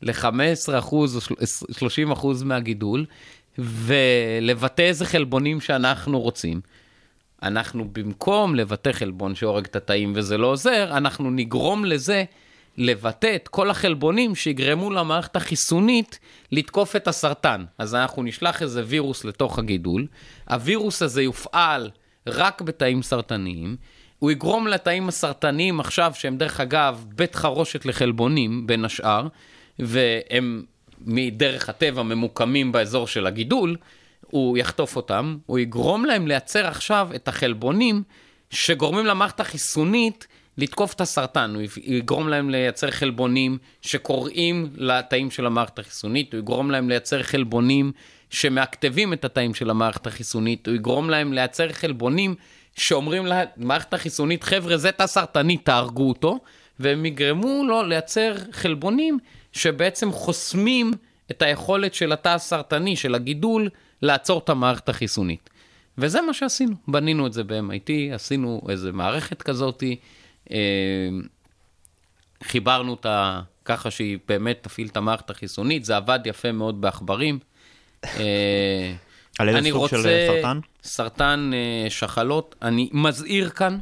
ל-15% או 30% מהגידול, ולבטא איזה חלבונים שאנחנו רוצים. אנחנו במקום לבטא חלבון שהורג את התאים וזה לא עוזר, אנחנו נגרום לזה לבטא את כל החלבונים שיגרמו למערכת החיסונית לתקוף את הסרטן. אז אנחנו נשלח איזה וירוס לתוך הגידול, הווירוס הזה יופעל רק בתאים סרטניים, הוא יגרום לתאים הסרטניים עכשיו, שהם דרך אגב בית חרושת לחלבונים בין השאר, והם מדרך הטבע ממוקמים באזור של הגידול, הוא יחטוף אותם, הוא יגרום להם לייצר עכשיו את החלבונים שגורמים למערכת החיסונית לתקוף את הסרטן, הוא יגרום להם לייצר חלבונים שקוראים לתאים של המערכת החיסונית, הוא יגרום להם לייצר חלבונים שמאקטיבים את התאים של המערכת החיסונית, הוא יגרום להם לייצר חלבונים שאומרים למערכת החיסונית, חבר'ה, זה תא סרטני, תהרגו אותו, והם יגרמו לו לייצר חלבונים שבעצם חוסמים את היכולת של התא הסרטני, של הגידול, לעצור את המערכת החיסונית. וזה מה שעשינו. בנינו את זה ב-MIT, עשינו איזו מערכת כזאת, חיברנו אותה ככה שהיא באמת תפעיל את המערכת החיסונית, זה עבד יפה מאוד בעכברים. על איזה סוג של סרטן? סרטן שחלות. אני מזהיר כאן,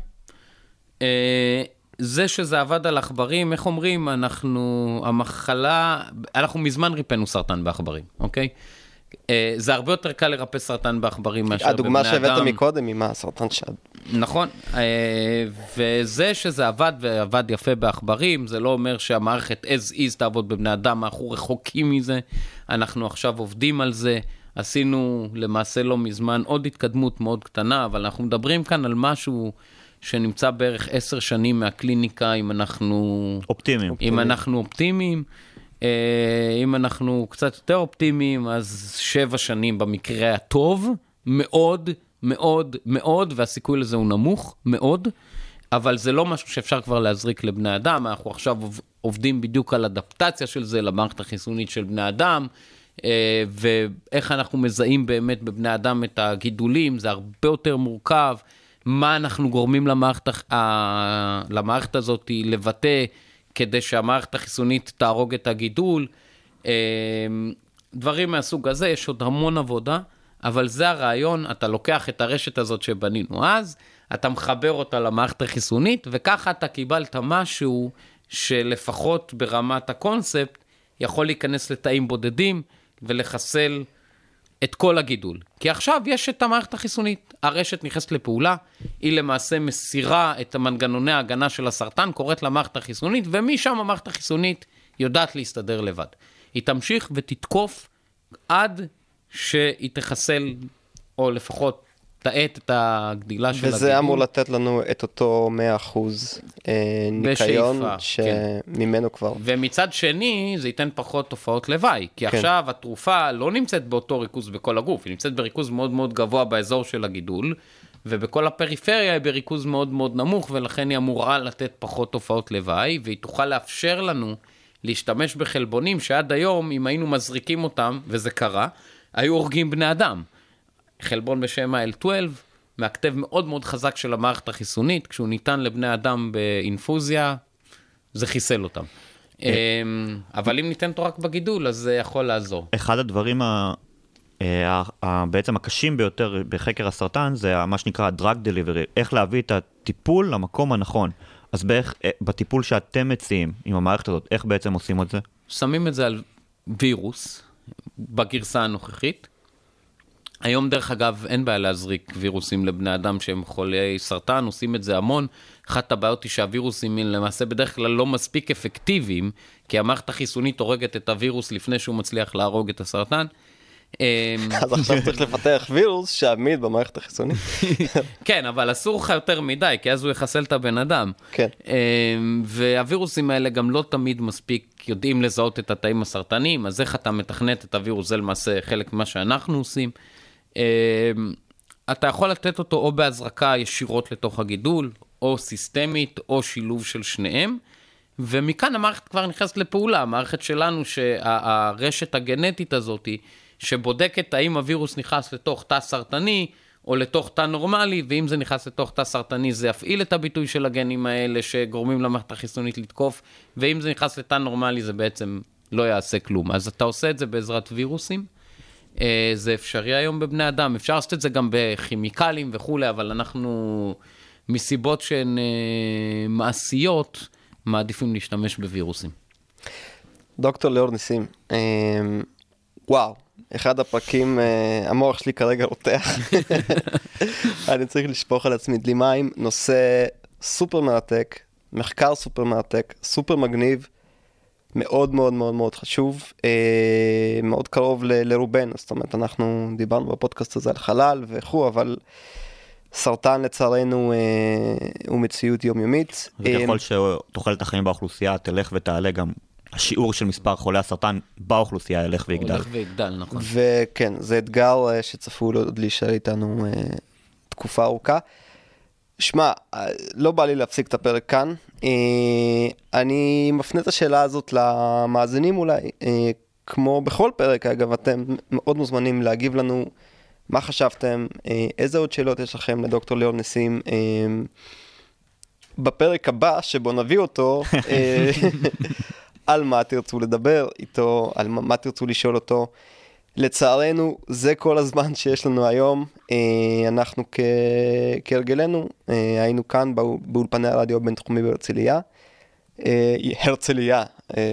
זה שזה עבד על עכברים, איך אומרים, אנחנו מזמן ריפאנו סרטן בעכברים, אוקיי? זה הרבה יותר קל לרפא סרטן בעכברים מאשר בבני אדם. הדוגמה שהבאת מקודם היא מה? סרטן שד. נכון, וזה שזה עבד ועבד יפה בעכברים, זה לא אומר שהמערכת as is תעבוד בבני אדם, אנחנו רחוקים מזה, אנחנו עכשיו עובדים על זה, עשינו למעשה לא מזמן עוד התקדמות מאוד קטנה, אבל אנחנו מדברים כאן על משהו שנמצא בערך 10 שנים מהקליניקה, אם אנחנו אופטימיים. אם אנחנו אופטימיים, אם אנחנו קצת יותר אופטימיים, אז 7 שנים במקרה הטוב, מאוד, מאוד, מאוד, והסיכוי לזה הוא נמוך, מאוד, אבל זה לא משהו שאפשר כבר להזריק לבני אדם, אנחנו עכשיו עובדים בדיוק על אדפטציה של זה, למערכת החיסונית של בני אדם, ואיך אנחנו מזהים באמת בבני אדם את הגידולים, זה הרבה יותר מורכב, מה אנחנו גורמים למערכת הזאת לבטא, כדי שהמערכת החיסונית תהרוג את הגידול, דברים מהסוג הזה, יש עוד המון עבודה, אבל זה הרעיון, אתה לוקח את הרשת הזאת שבנינו אז, אתה מחבר אותה למערכת החיסונית, וככה אתה קיבלת משהו שלפחות ברמת הקונספט, יכול להיכנס לתאים בודדים, ולחסל את כל הגידול. כי עכשיו יש את המערכת החיסונית, הרשת נכנסת לפעולה, היא למעשה מסירה את המנגנוני ההגנה של הסרטן, קוראת למערכת החיסונית, ומשם המערכת החיסונית יודעת להסתדר לבד. היא תמשיך ותתקוף עד שהיא תחסל, או לפחות תעט את הגדילה של הגידול. וזה אמור לתת לנו את אותו 100% ניקיון שממנו כבר. ומצד שני, זה ייתן פחות תופעות לוואי, כי עכשיו התרופה לא נמצאת באותו ריכוז בכל הגוף, היא נמצאת בריכוז מאוד מאוד גבוה באזור של הגידול, ובכל הפריפריה היא בריכוז מאוד מאוד נמוך, ולכן היא אמורה לתת פחות תופעות לוואי, והיא תוכל לאפשר לנו להשתמש בחלבונים שעד היום, אם היינו מזריקים אותם, וזה קרה, היו הורגים בני אדם. חלבון בשם ה-L12, מהכתב מאוד מאוד חזק של המערכת החיסונית, כשהוא ניתן לבני אדם באינפוזיה, זה חיסל אותם. אבל אם ניתן אותו רק בגידול, אז זה יכול לעזור. אחד הדברים בעצם הקשים ביותר בחקר הסרטן, זה מה שנקרא drug delivery, איך להביא את הטיפול למקום הנכון. אז בטיפול שאתם מציעים עם המערכת הזאת, איך בעצם עושים את זה? שמים את זה על וירוס, בגרסה הנוכחית, היום דרך אגב אין בעיה להזריק וירוסים לבני אדם שהם חולי סרטן, עושים את זה המון. אחת הבעיות היא שהווירוסים למעשה בדרך כלל לא מספיק אפקטיביים, כי המערכת החיסונית הורגת את הווירוס לפני שהוא מצליח להרוג את הסרטן. אז עכשיו צריך לפתח וירוס שעמיד במערכת החיסונית. כן, אבל אסור לך יותר מדי, כי אז הוא יחסל את הבן אדם. כן. והווירוסים האלה גם לא תמיד מספיק יודעים לזהות את התאים הסרטניים, אז איך אתה מתכנת את הווירוס, זה למעשה חלק ממה שאנחנו עושים. אתה יכול לתת אותו או בהזרקה ישירות לתוך הגידול, או סיסטמית, או שילוב של שניהם, ומכאן המערכת כבר נכנסת לפעולה. המערכת שלנו שהרשת הגנטית הזאת, שבודקת האם הווירוס נכנס לתוך תא סרטני, או לתוך תא נורמלי, ואם זה נכנס לתוך תא סרטני, זה יפעיל את הביטוי של הגנים האלה, שגורמים למערכת החיסונית לתקוף, ואם זה נכנס לתא נורמלי, זה בעצם לא יעשה כלום. אז אתה עושה את זה בעזרת וירוסים, זה אפשרי היום בבני אדם, אפשר לעשות את זה גם בכימיקלים וכו', אבל אנחנו, מסיבות שהן מעשיות, מעדיפים להשתמש בווירוסים. דוקטור ליאור ניסים, וואו, אחד הפרקים, המוח שלי כרגע רותח. אני צריך לשפוך על עצמי דלי מים, נושא סופר מרתק, מחקר סופר מרתק, סופר מגניב, מאוד מאוד מאוד מאוד חשוב, מאוד קרוב לרובנו, זאת אומרת, אנחנו דיברנו בפודקאסט הזה על חלל וכו', אבל סרטן לצערנו הוא מציאות יומיומית. וככל שתוחלת החיים באוכלוסייה תלך ותעלה, גם השיעור של מספר חולי הסרטן באוכלוסייה ילך ויגדל. הולך ויגדל, נכון. וכן, זה אתגר שצפו עוד להישאר איתנו תקופה ארוכה. שמע, לא בא לי להפסיק את הפרק כאן. אני מפנה את השאלה הזאת למאזינים אולי, כמו בכל פרק, אגב, אתם מאוד מוזמנים להגיב לנו מה חשבתם, איזה עוד שאלות יש לכם לדוקטור ליאור ניסים, בפרק הבא שבו נביא אותו, על מה תרצו לדבר איתו, על מה תרצו לשאול אותו. לצערנו, זה כל הזמן שיש לנו היום. אנחנו כהרגלנו, היינו כאן באולפני הרדיו הבינתחומי בהרצליה. הרצליה.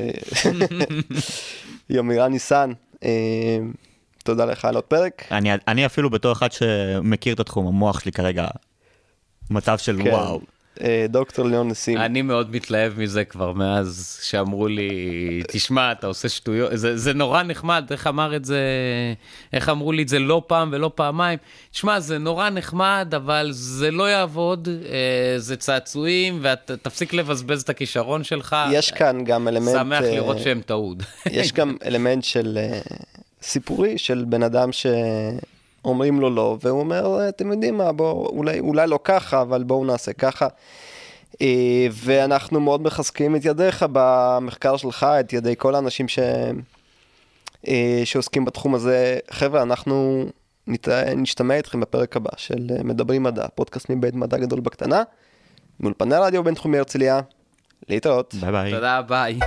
יומירן ניסן, תודה לך על עוד פרק. אני אפילו בתור אחד שמכיר את התחום, המוח שלי כרגע מצב של וואו. דוקטור ליאור ניסים. אני מאוד מתלהב מזה כבר מאז שאמרו לי, תשמע, אתה עושה שטויות, זה נורא נחמד, איך אמרו לי את זה לא פעם ולא פעמיים, תשמע, זה נורא נחמד, אבל זה לא יעבוד, זה צעצועים, ותפסיק לבזבז את הכישרון שלך. יש כאן גם אלמנט... שמח לראות שהם טעות. יש גם אלמנט של סיפורי, של בן אדם אומרים לו לא, והוא אומר, אתם יודעים מה, אולי לא ככה, אבל בואו נעשה ככה. ואנחנו מאוד מחזקים את ידיך במחקר שלך, את ידי כל האנשים שעוסקים בתחום הזה. חבר'ה, אנחנו נשתמע איתכם בפרק הבא של מדברים מדע, פודקאסט מבית מדע גדול בקטנה, מאולפני הרדיו בינתחומי הרצליה. להתראות. ביי ביי. תודה, ביי.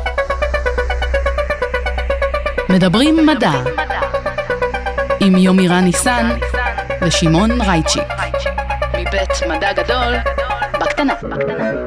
מדברים מדע. עם יומירן ניסן ושמעון רייצ'י. מבית מדע גדול, בקטנה.